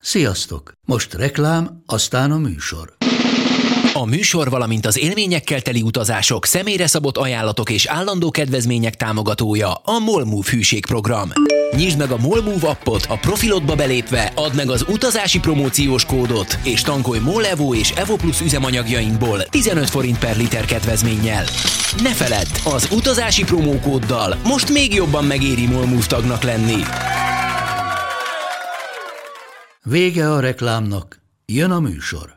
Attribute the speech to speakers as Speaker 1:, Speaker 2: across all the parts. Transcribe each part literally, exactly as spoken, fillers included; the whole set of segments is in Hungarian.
Speaker 1: Sziasztok! Most reklám, aztán a műsor.
Speaker 2: A műsor, valamint az élményekkel teli utazások, személyre szabott ajánlatok és állandó kedvezmények támogatója a MOLMOVE hűségprogram. Nyisd meg a MOLMOVE appot a profilodba belépve, add meg az utazási promóciós kódot, és tankolj MOL Evo és Evo Plus üzemanyagjainkból tizenöt forint per liter kedvezménnyel. Ne feledd, az utazási promókóddal most még jobban megéri MOLMOVE tagnak lenni.
Speaker 1: Vége a reklámnak, jön a műsor.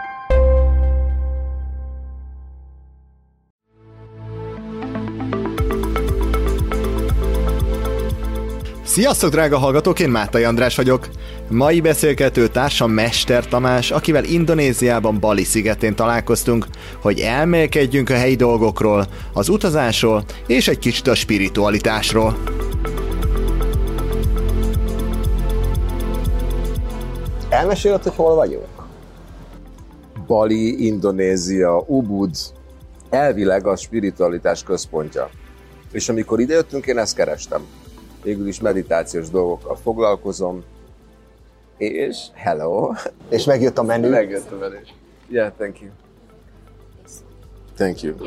Speaker 3: Sziasztok, drága hallgatók, én Mátai András vagyok. Mai beszélgető társam Mester Tamás, akivel Indonéziában Bali szigetén találkoztunk, hogy elmélkedjünk a helyi dolgokról, az utazásról és egy kicsit a spiritualitásról. Elmeséled, hogy hol vagyunk?
Speaker 4: Bali, Indonézia, Ubud, elvileg a spiritualitás központja. És amikor idejöttünk, én ezt kerestem. Végül is meditációs dolgokkal foglalkozom, és hello!
Speaker 3: És megjött a menü?
Speaker 4: Megjött a menü. Yeah, thank you. Thank you.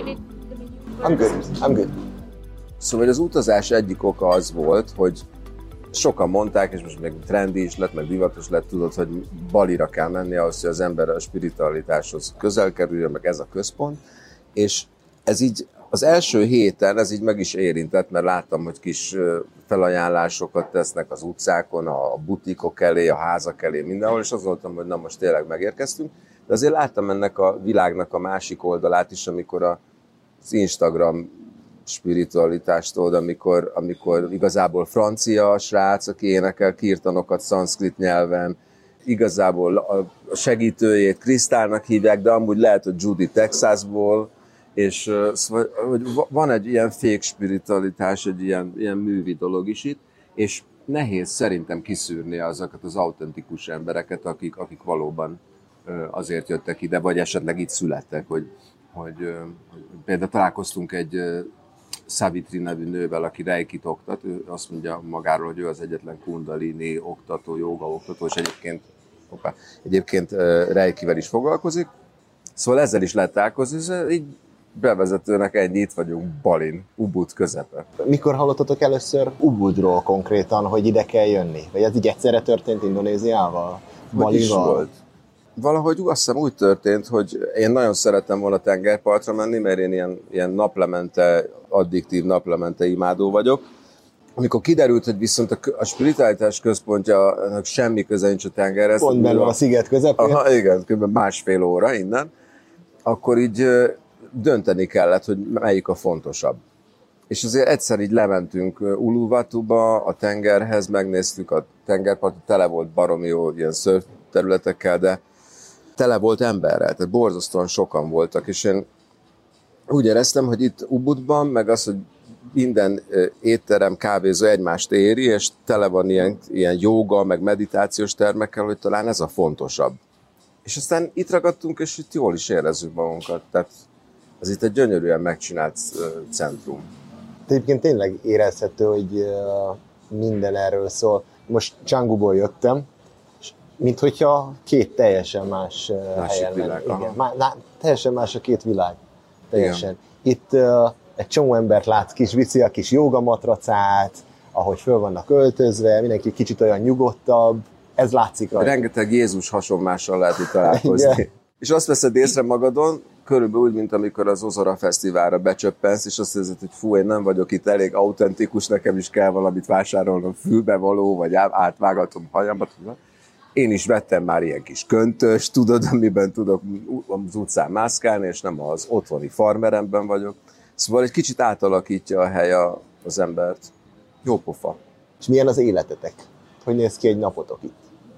Speaker 3: I'm good, I'm good.
Speaker 4: Szóval az utazás egyik oka az volt, hogy sokan mondták, és most meg trendi is lett, meg divatos lett, tudod, hogy Balira kell menni ahhoz, hogy az ember a spiritualitáshoz közel kerüljön, meg ez a központ, és ez így az első héten ez így meg is érintett, mert láttam, hogy kis felajánlásokat tesznek az utcákon, a butikok elé, a házak elé, mindenhol, és azt gondoltam, hogy na most tényleg megérkeztünk. De azért láttam ennek a világnak a másik oldalát is, amikor az Instagram spiritualitást, amikor, amikor igazából francia srác, aki énekel kirtanokat szanszkrit nyelven, igazából a segítőjét Krisztálnak hívják, de amúgy lehet, hogy Judy Texasból, és szóval, hogy van egy ilyen fake spiritualitás, egy ilyen, ilyen művi dolog is itt, és nehéz szerintem kiszűrni azokat az autentikus embereket, akik, akik valóban azért jöttek ide, vagy esetleg itt születtek, hogy, hogy, hogy például találkoztunk egy Savitri nevű nővel, aki reikit oktat, ő azt mondja magáról, hogy ő az egyetlen kundalini oktató, jóga oktató, és egyébként, hoppá, egyébként reikivel is foglalkozik, szóval ezzel is lehet találkozni, így bevezetőnek ennyi, itt vagyunk Balin, Ubud közepe.
Speaker 3: Mikor hallottatok először Ubudról konkrétan, hogy ide kell jönni? Vagy ez így egyszerre történt Indonéziával?
Speaker 4: Hogy is volt? Valahogy azt hiszem úgy történt, hogy én nagyon szerettem volna tengerpartra menni, mert én ilyen, ilyen naplemente, addiktív naplemente imádó vagyok. Amikor kiderült, hogy viszont a, a spiritualitás központja semmi köze nincs a tengerhez.
Speaker 3: Pont belül a sziget közepén.
Speaker 4: Aha, igen, kb. Másfél óra innen. Akkor így dönteni kellett, hogy melyik a fontosabb. És azért egyszer így lementünk Uluwatuba, a tengerhez, megnéztük a tengerpartot, tele volt baromi jó ilyen szörf területekkel, de tele volt emberrel, tehát borzasztóan sokan voltak, és én úgy éreztem, hogy itt Ubudban, meg az, hogy minden étterem, kávézó egymást éri, és tele van ilyen, ilyen jóga, meg meditációs termekkel, hogy talán ez a fontosabb. És aztán itt ragadtunk, és itt jól is érezzük magunkat, tehát ez itt egy gyönyörűen megcsinált centrum.
Speaker 3: Egyébként tényleg érezhető, hogy minden erről szól. Most Cangguból jöttem, és minthogyha két teljesen más
Speaker 4: Másik
Speaker 3: helyen
Speaker 4: világ,
Speaker 3: lenne. Igen, má, má, teljesen más a két világ. Teljesen. Igen. Itt uh, egy csomó embert látsz, kis viszi a kis jógamatracát, ahogy föl vannak öltözve, mindenki kicsit olyan nyugodtabb, ez látszik rajta.
Speaker 4: Rengeteg Jézus hasonmással lehet itt találkozni. És azt veszed észre magadon, körülbelül úgy, mint amikor az Ozora Fesztiválra becsöppensz, és azt hiszed, hogy fú, én nem vagyok itt elég autentikus, nekem is kell valamit vásárolnom, fülbevaló, vagy átvágatom hajamat. Én is vettem már ilyen kis köntöst, tudod, amiben tudok az utcán mászkálni, és nem az otthoni farmeremben vagyok. Szóval egy kicsit átalakítja a hely az embert. Jó pofa.
Speaker 3: És milyen az életetek? Hogy néz ki egy napotok itt?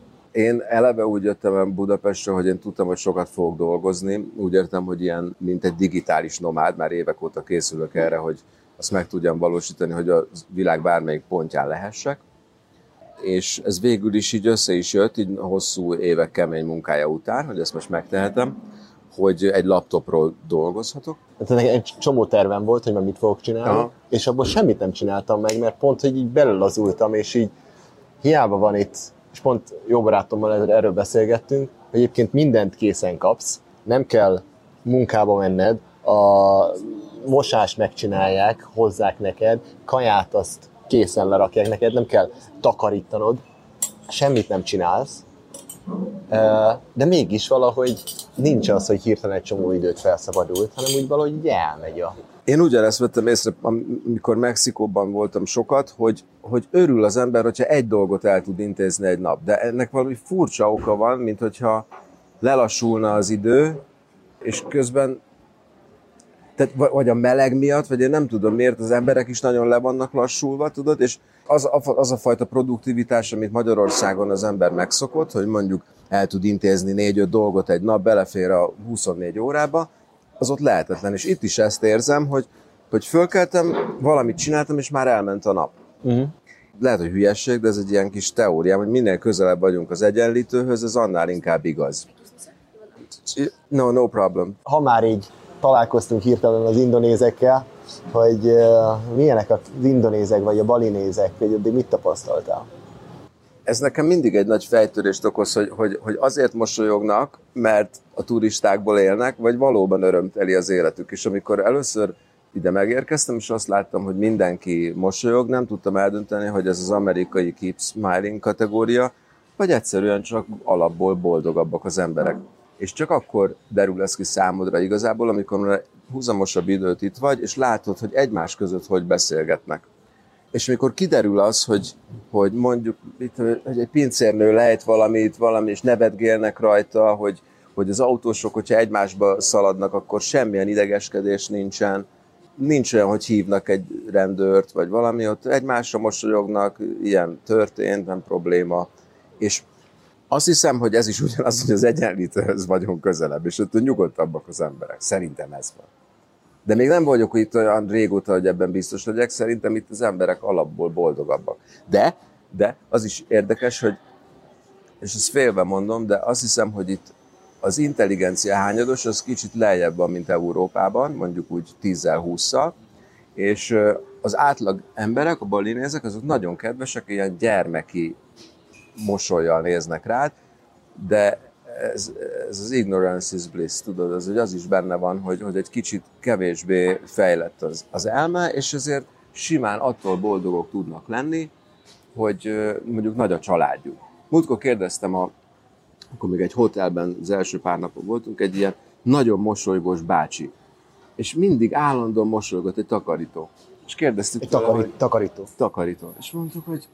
Speaker 4: Én eleve úgy jöttem el Budapestre, hogy én tudtam, hogy sokat fogok dolgozni. Úgy értem, hogy ilyen, mint egy digitális nomád, már évek óta készülök erre, hogy azt meg tudjam valósítani, hogy a világ bármelyik pontján lehessek. És ez végül is így össze is jött, így hosszú évek kemény munkája után, hogy ezt most megtehetem, hogy egy laptopról dolgozhatok.
Speaker 3: Tehát egy csomó tervem volt, hogy már mit fogok csinálni, aha, és abból semmit nem csináltam meg, mert pont, hogy így belelazultam, és így hiába van itt és pont jó barátommal erről beszélgettünk, hogy egyébként mindent készen kapsz, nem kell munkába menned, a mosást megcsinálják, hozzák neked, kaját azt készen lerakják neked, nem kell takarítanod, semmit nem csinálsz, de mégis valahogy nincs az, hogy hirtelen egy csomó időt felszabadult, hanem úgy valahogy így elmegy a...
Speaker 4: Én ugyanezt vettem észre, amikor Mexikóban voltam sokat, hogy, hogy örül az ember, hogyha egy dolgot el tud intézni egy nap. De ennek valami furcsa oka van, mint hogyha lelassulna az idő, és közben, tehát vagy a meleg miatt, vagy én nem tudom miért, az emberek is nagyon le vannak lassulva, tudod, és az a, az a fajta produktivitás, amit Magyarországon az ember megszokott, hogy mondjuk el tud intézni négy-öt dolgot egy nap, belefér a huszonnégy órába, az ott lehetetlen. És itt is ezt érzem, hogy, hogy fölkeltem, valamit csináltam, és már elment a nap. Uh-huh. Lehet, hogy hülyesség, de ez egy ilyen kis teóriám, hogy minél közelebb vagyunk az egyenlítőhöz, ez annál inkább igaz. No, no problem.
Speaker 3: Ha már így találkoztunk hirtelen az indonézekkel, hogy uh, milyenek az indonézek, vagy a balinézek, hogy addig mit tapasztaltál?
Speaker 4: Ez nekem mindig egy nagy fejtörést okoz, hogy, hogy, hogy azért mosolyognak, mert a turistákból élnek, vagy valóban örömteli az életük. És amikor először ide megérkeztem, és azt láttam, hogy mindenki mosolyog, nem tudtam eldönteni, hogy ez az amerikai Keep Smiling kategória, vagy egyszerűen csak alapból boldogabbak az emberek. És csak akkor derül ez ki számodra igazából, amikor húzamosabb időt itt vagy, és látod, hogy egymás között hogy beszélgetnek. És amikor kiderül az, hogy, hogy mondjuk itt, hogy egy pincérnő lejt valamit, valami, és nevetgélnek rajta, hogy, hogy az autósok, hogyha egymásba szaladnak, akkor semmilyen idegeskedés nincsen. Nincs olyan, hogy hívnak egy rendőrt, vagy valami, ott egymásra mosolyognak, ilyen történt, nem probléma. És azt hiszem, hogy ez is ugyanaz, hogy az egyenlítőhöz vagyunk közelebb, és ott nyugodtabbak az emberek. Szerintem ez van. De még nem vagyok itt olyan régóta, hogy ebben biztos legyek, szerintem itt az emberek alapból boldogabbak. De, de az is érdekes, hogy, és ezt félve mondom, de azt hiszem, hogy itt az intelligencia hányados, az kicsit lejjebb van, mint Európában, mondjuk úgy tízzel-hússzal, és az átlag emberek, a balinézek, azok nagyon kedvesek, ilyen gyermeki mosollyal néznek rád, de ez, ez az ignorance is bliss, tudod, az, hogy az is benne van, hogy, hogy egy kicsit kevésbé fejlett az, az elme, és ezért simán attól boldogok tudnak lenni, hogy mondjuk nagy a családjuk. Múltkor kérdeztem, a, akkor még egy hotelben az első pár napon voltunk, egy ilyen nagyon mosolygós bácsi, és mindig állandóan mosolygott egy takarító. És kérdeztük
Speaker 3: egy tőle, takari,
Speaker 4: hogy,
Speaker 3: takarító.
Speaker 4: Takarító. És mondtuk, hogy,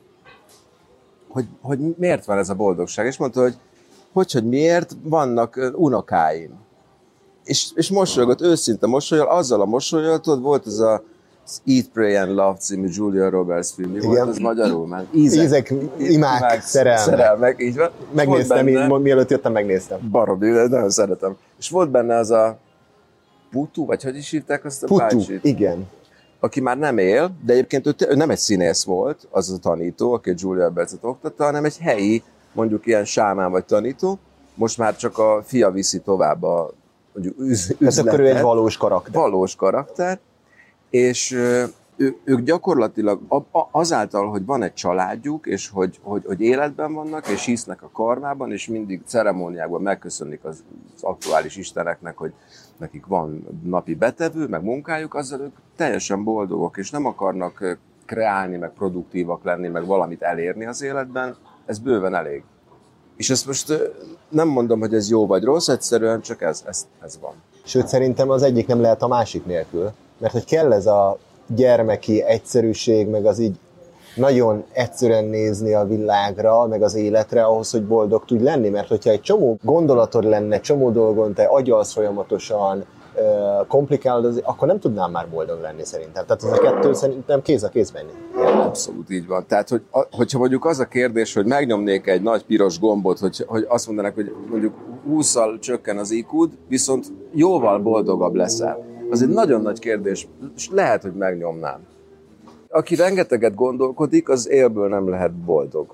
Speaker 4: hogy, hogy miért van ez a boldogság, és mondta, hogy hogy, hogy miért vannak unokáim. És, és mosolygott, őszinte mosolyol, azzal a mosolyol, tudod, volt ez a Eat, Pray and Love című Julia Roberts film, mi volt az magyarul? Már
Speaker 3: ízek, ízek, imák, imák szerelmek.
Speaker 4: szerelmek. Így van.
Speaker 3: Megnéztem, benne, így, mielőtt jöttem, megnéztem.
Speaker 4: Baromi, nagyon szeretem. És volt benne az a Putu, vagy hogy is hívták azt a
Speaker 3: Putu,
Speaker 4: bácsit?
Speaker 3: igen.
Speaker 4: Aki már nem él, de egyébként ő, ő nem egy színész volt, az a tanító, aki Julia Robertset oktatta, hanem egy helyi, mondjuk ilyen sámán vagy tanító, most már csak a fia viszi tovább a mondjuk üzletet.
Speaker 3: Ez akkor ő egy valós karakter.
Speaker 4: Valós karakter, és ő, ők gyakorlatilag azáltal, hogy van egy családjuk, és hogy, hogy, hogy életben vannak, és hisznek a karmában, és mindig ceremóniákban megköszönlik az, az aktuális isteneknek, hogy nekik van napi betevő, meg munkájuk, azzal ők teljesen boldogok, és nem akarnak kreálni, meg produktívak lenni, meg valamit elérni az életben, ez bőven elég. És ezt most nem mondom, hogy ez jó vagy rossz, egyszerűen csak ez, ez, ez van.
Speaker 3: Sőt, szerintem az egyik nem lehet a másik nélkül. Mert hogy kell ez a gyermeki egyszerűség, meg az így nagyon egyszerűen nézni a világra, meg az életre, ahhoz, hogy boldog tudj lenni. Mert hogyha egy csomó gondolatod lenne, csomó dolgon te agyalsz folyamatosan, komplikálod, az, akkor nem tudnám már boldog lenni szerintem. Tehát ez a kettő szerintem kéz a kézben.
Speaker 4: Abszolút így van. Tehát, hogy, hogyha mondjuk az a kérdés, hogy megnyomnék egy nagy piros gombot, hogy, hogy azt mondanak, hogy mondjuk hússzal csökken az í kúd, viszont jóval boldogabb leszel. Az egy nagyon nagy kérdés, és lehet, hogy megnyomnám. Aki rengeteget gondolkodik, az élből nem lehet boldog.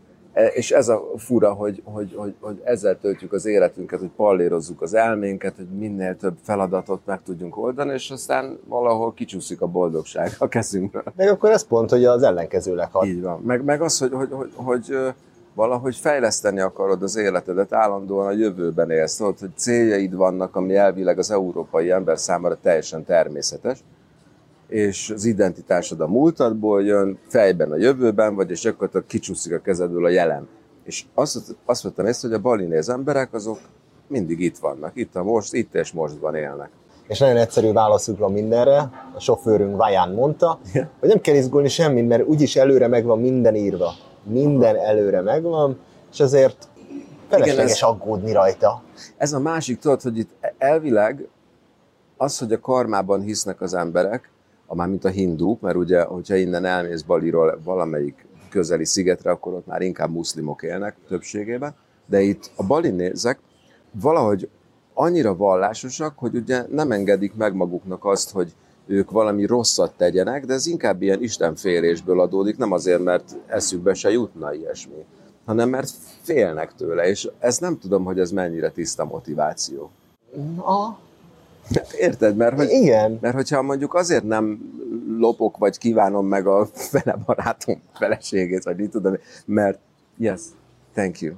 Speaker 4: És ez a fura, hogy, hogy, hogy, hogy ezzel töltjük az életünket, hogy pallérozzuk az elménket, hogy minél több feladatot meg tudjunk oldani, és aztán valahol kicsúszik a boldogság a kezünkből.
Speaker 3: Meg akkor ez pont, hogy az ellenkezőleg hat.
Speaker 4: Így van. Meg, meg az, hogy, hogy, hogy, hogy valahogy fejleszteni akarod az életedet, állandóan a jövőben élsz, tudod, hogy céljaid vannak, ami elvileg az európai ember számára teljesen természetes, és az identitásod a múltadból jön, fejben a jövőben vagy, és gyakorlatilag kicsúszik a kezedből a jelen. És azt, azt vettem észre, hogy a balinéz emberek azok mindig itt vannak, itt a most, itt és mostban élnek.
Speaker 5: És nagyon egyszerű válaszuk van mindenre, a sofőrünk Vaján mondta, yeah. hogy nem kell izgulni semmit, mert úgyis előre megvan minden írva. Minden előre megvan, és azért felesleges ez, aggódni rajta.
Speaker 4: Ez a másik, tudod, hogy itt elvileg az, hogy a karmában hisznek az emberek, a már mint a hindúk, mert ugye, hogyha innen elmész Baliról valamelyik közeli szigetre, akkor ott már inkább muszlimok élnek többségében, de itt a balinézek valahogy annyira vallásosak, hogy ugye nem engedik meg maguknak azt, hogy ők valami rosszat tegyenek, de ez inkább ilyen istenfélésből adódik, nem azért, mert eszükbe se jutna ilyesmi, hanem mert félnek tőle, és ez nem tudom, hogy ez mennyire tiszta motiváció.
Speaker 5: Aha.
Speaker 4: Érted? Mert, hogy,
Speaker 5: igen.
Speaker 4: Mert hogyha mondjuk azért nem lopok, vagy kívánom meg a fele barátom feleségét, vagy mit tudom, mert yes, thank you.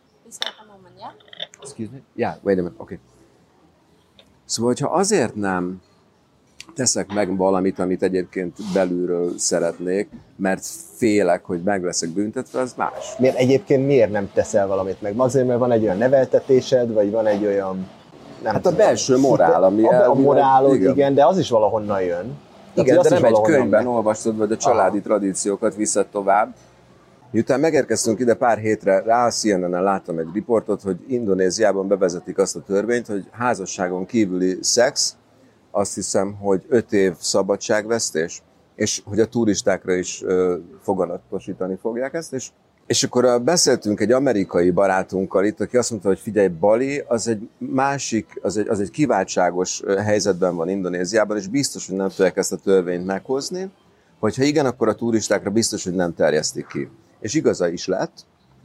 Speaker 4: Excuse me? Yeah, wait a minute, okay. Szóval, hogyha azért nem teszek meg valamit, amit egyébként belülről szeretnék, mert félek, hogy meg leszek büntetve, az más.
Speaker 5: Miért, egyébként miért nem teszel valamit meg? Azért, mert van egy olyan neveltetésed, vagy van egy olyan... Nem
Speaker 4: hát tudom, a belső morál, ami...
Speaker 5: A, a morálod, igen. igen, de az is valahonnan jön.
Speaker 4: Igen, de nem egy könyvben olvastad, vagy a családi Aha. tradíciókat viszed tovább. Miután megérkeztünk ide pár hétre, rá a C N N-en láttam egy riportot, hogy Indonéziában bevezetik azt a törvényt, hogy házasságon kívüli szex, azt hiszem, hogy öt év szabadságvesztés, és hogy a turistákra is ö, foganatosítani fogják ezt, és, és akkor beszéltünk egy amerikai barátunkkal itt, aki azt mondta, hogy figyelj, Bali az egy másik, az egy, az egy kiváltságos helyzetben van Indonéziában, és biztos, hogy nem tudják ezt a törvényt meghozni, hogyha igen, akkor a turistákra biztos, hogy nem terjesztik ki. És igaza is lett,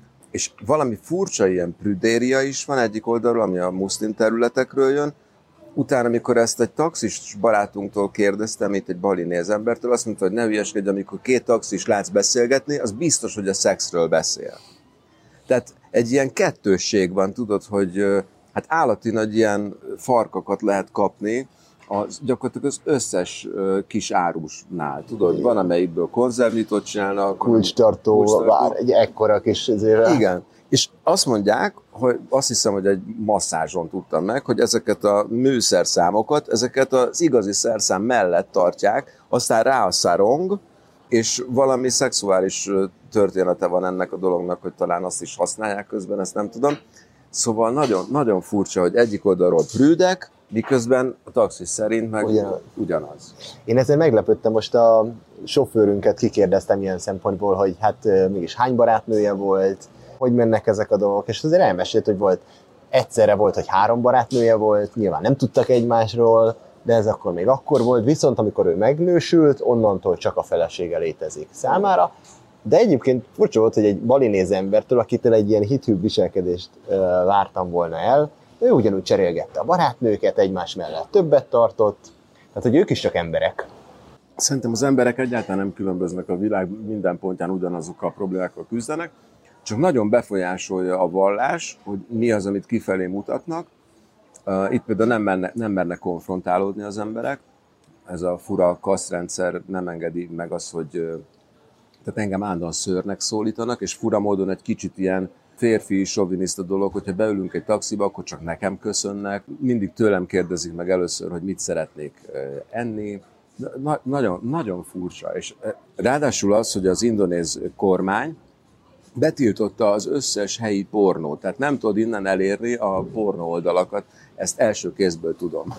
Speaker 4: és valami furcsa ilyen prüdéria is van egyik oldalról, ami a muszlim területekről jön. Utána, amikor ezt egy taxis barátunktól kérdeztem, itt egy balinéz embertől, azt mondta, hogy ne hülyeskedj, amikor két taxis látsz beszélgetni, az biztos, hogy a szexről beszél. Tehát egy ilyen kettősség van, tudod, hogy hát állati nagy ilyen farkakat lehet kapni, az, gyakorlatilag az összes uh, kis árusnál, tudod, van amelyikből konzervnyitot csinálnak.
Speaker 5: Kulcstartó, vár, egy ekkora kis ezért.
Speaker 4: Igen, és azt mondják, hogy azt hiszem, hogy egy masszázson tudtam meg, hogy ezeket a műszerszámokat, ezeket az igazi szerszám mellett tartják, aztán rá a szarong, és valami szexuális története van ennek a dolognak, hogy talán azt is használják közben, ezt nem tudom. Szóval nagyon, nagyon furcsa, hogy egyik oldalról prűdek, miközben a taxis szerint meg ugyanaz. ugyanaz.
Speaker 5: Én ezzel meglepődtem, most a sofőrünket kikérdeztem ilyen szempontból, hogy hát mégis hány barátnője volt, hogy mennek ezek a dolgok, és azért elmesélt, hogy volt, egyszerre volt, hogy három barátnője volt, nyilván nem tudtak egymásról, de ez akkor még akkor volt, viszont amikor ő megnősült, onnantól csak a felesége létezik számára. De egyébként furcsa volt, hogy egy balinéz embertől, akitől egy ilyen hithűbb viselkedést uh, vártam volna el, ő ugyanúgy cserélgette a barátnőket, egymás mellett többet tartott, tehát hogy ők is csak emberek.
Speaker 4: Szerintem az emberek egyáltalán nem különböznek, a világ minden pontján ugyanazokkal a problémákkal küzdenek, csak nagyon befolyásolja a vallás, hogy mi az, amit kifelé mutatnak. Uh, itt például nem mernek, nem mernek konfrontálódni az emberek, ez a fura kasztrendszer nem engedi meg azt, hogy uh, tehát engem állandóan szőrnek szólítanak, és fura módon egy kicsit ilyen férfi, soviniszta dolog, hogyha beülünk egy taxiba, akkor csak nekem köszönnek. Mindig tőlem kérdezik meg először, hogy mit szeretnék enni. Na, nagyon, nagyon furcsa. És ráadásul az, hogy az indonéz kormány betiltotta az összes helyi pornót. Tehát nem tudod innen elérni a pornó oldalakat. Ezt első kézből tudom.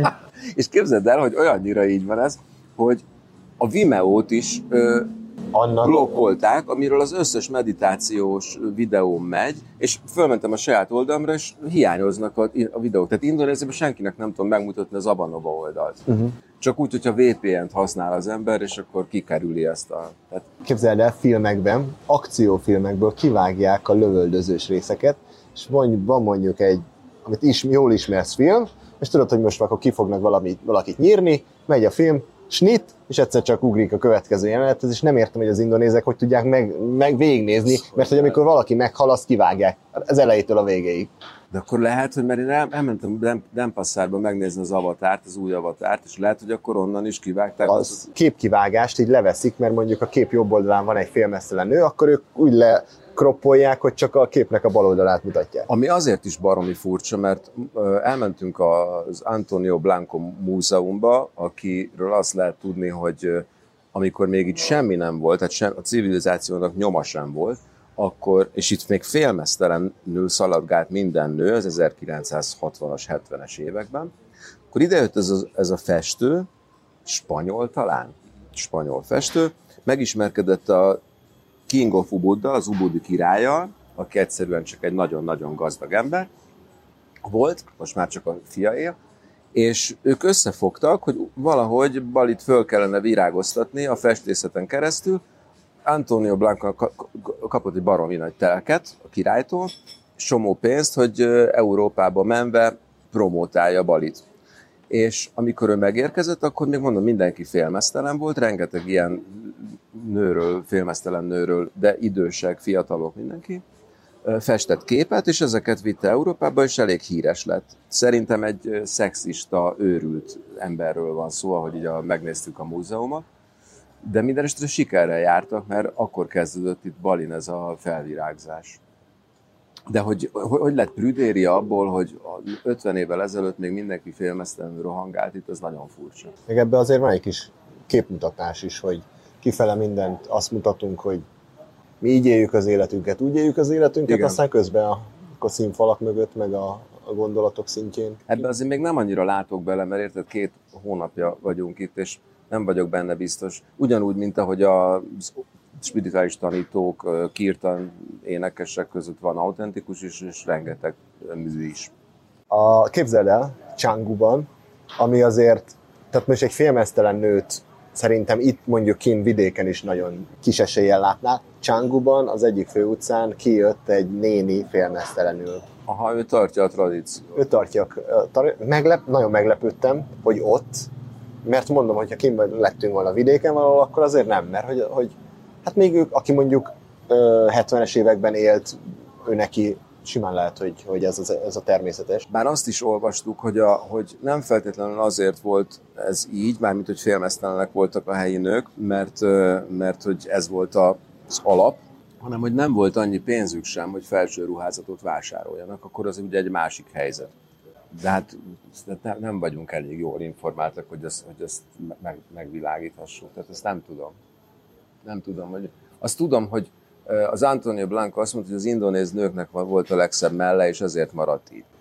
Speaker 4: És képzeld el, hogy olyannyira így van ez, hogy a Vimeo-t is ö, Annak... blokkolták, amiről az összes meditációs videó megy, és fölmentem a saját oldalamra, és hiányoznak a, a videók. Tehát Indonéziában senkinek nem tudom megmutatni az Abanova oldalt. Uh-huh. Csak úgy, hogyha vé pé en-t használ az ember, és akkor kikerüli ezt a... Tehát...
Speaker 5: Képzeld el, filmekben, akciófilmekből kivágják a lövöldözős részeket, és van mondjuk egy, amit is, jól ismersz film, és tudod, hogy most akkor ki fognak valami, valakit nyírni, megy a film, snit, és egyszer csak ugrik a következő jelenethez, és nem értem, hogy az indonézek hogy tudják meg, meg végignézni, mert hogy amikor valaki meghal, azt kivágják az elejétől a végéig.
Speaker 4: De akkor lehet, hogy mert én el, elmentem Denpassarba megnézni az avatárt, az új avatárt, és lehet, hogy akkor onnan is kivágták.
Speaker 5: Az, az képkivágást így leveszik, mert mondjuk a kép jobb oldalán van egy félmeztelen nő, akkor ők úgy lekroppolják, hogy csak a képnek a bal oldalát mutatják.
Speaker 4: Ami azért is baromi furcsa, mert elmentünk az Antonio Blanco múzeumba, akiről azt lehet tudni, hogy amikor még itt semmi nem volt, tehát sem, a civilizációnak nyoma sem volt, akkor, és itt még félmeztelenül szaladgált minden nő az ezerkilencszázhatvanas, hetvenes években, akkor idejött ez a, ez a festő, spanyol talán, spanyol festő, megismerkedett a King of Ubud-dal, az ubudi királlyal, aki egyszerűen csak egy nagyon-nagyon gazdag ember volt, most már csak a fia él, és ők összefogtak, hogy valahogy Balit föl kellene virágoztatni a festészeten keresztül. Antonio Blanco kapott egy baromi nagy telket a királytól, somó pénzt, hogy Európába menve promótálja Balit. És amikor ő megérkezett, akkor még mondom, mindenki félmeztelen volt, rengeteg ilyen nőről, félmeztelen nőről, de idősek, fiatalok, mindenki festett képet, és ezeket vitte Európába, és elég híres lett. Szerintem egy szexista, őrült emberről van szó, ahogy így a, megnéztük a múzeumot, de minden esetre sikerrel jártak, mert akkor kezdődött itt Balin ez a felvirágzás. De hogy, hogy lett prüdéria abból, hogy ötven évvel ezelőtt még mindenki félmeztelenül rohangált itt, ez nagyon furcsa.
Speaker 5: Meg ebben azért van egy kis képmutatás is, hogy kifele mindent azt mutatunk, hogy mi így éljük az életünket, úgy éljük az életünket, igen. Aztán közben a, a színfalak mögött, meg a, a gondolatok szintjén.
Speaker 4: Ebben azért még nem annyira látok bele, mert érted, két hónapja vagyunk itt, és nem vagyok benne biztos. Ugyanúgy, mint ahogy a spirituális tanítók, kirtan énekesek között van autentikus is, és rengeteg mű is.
Speaker 5: A, képzeld el, Cangguban, ami azért, tehát most egy félmeztelen nőt szerintem itt mondjuk kint vidéken is nagyon kis eséllyel látnál. Cangguban az egyik főutcán kijött egy néni félmeztelenül.
Speaker 4: Aha, ő tartja a tradíciót.
Speaker 5: Ő tartja. Meglep, nagyon meglepődtem, hogy ott, mert mondom, hogyha kint lettünk volna a vidéken valahol, akkor azért nem, mert hogy, hogy hát még ők, aki mondjuk hetvenes években élt, ő neki simán lehet, hogy, hogy ez, az, ez a természetes.
Speaker 4: Bár azt is olvastuk, hogy, a, hogy nem feltétlenül azért volt ez így, mármint hogy félmeztelenek voltak a helyi nők, mert, mert hogy ez volt az alap, hanem hogy nem volt annyi pénzük sem, hogy felső ruházatot vásároljanak, akkor az ugye egy másik helyzet. De hát nem vagyunk elég jól informáltak, hogy ezt, hogy ezt meg, megvilágíthassuk. Tehát ezt nem tudom. Nem tudom, hogy... Azt tudom, hogy az Antonio Blanco azt mondta, hogy az indonéz nőknek volt a legszebb melle, és ezért maradt így.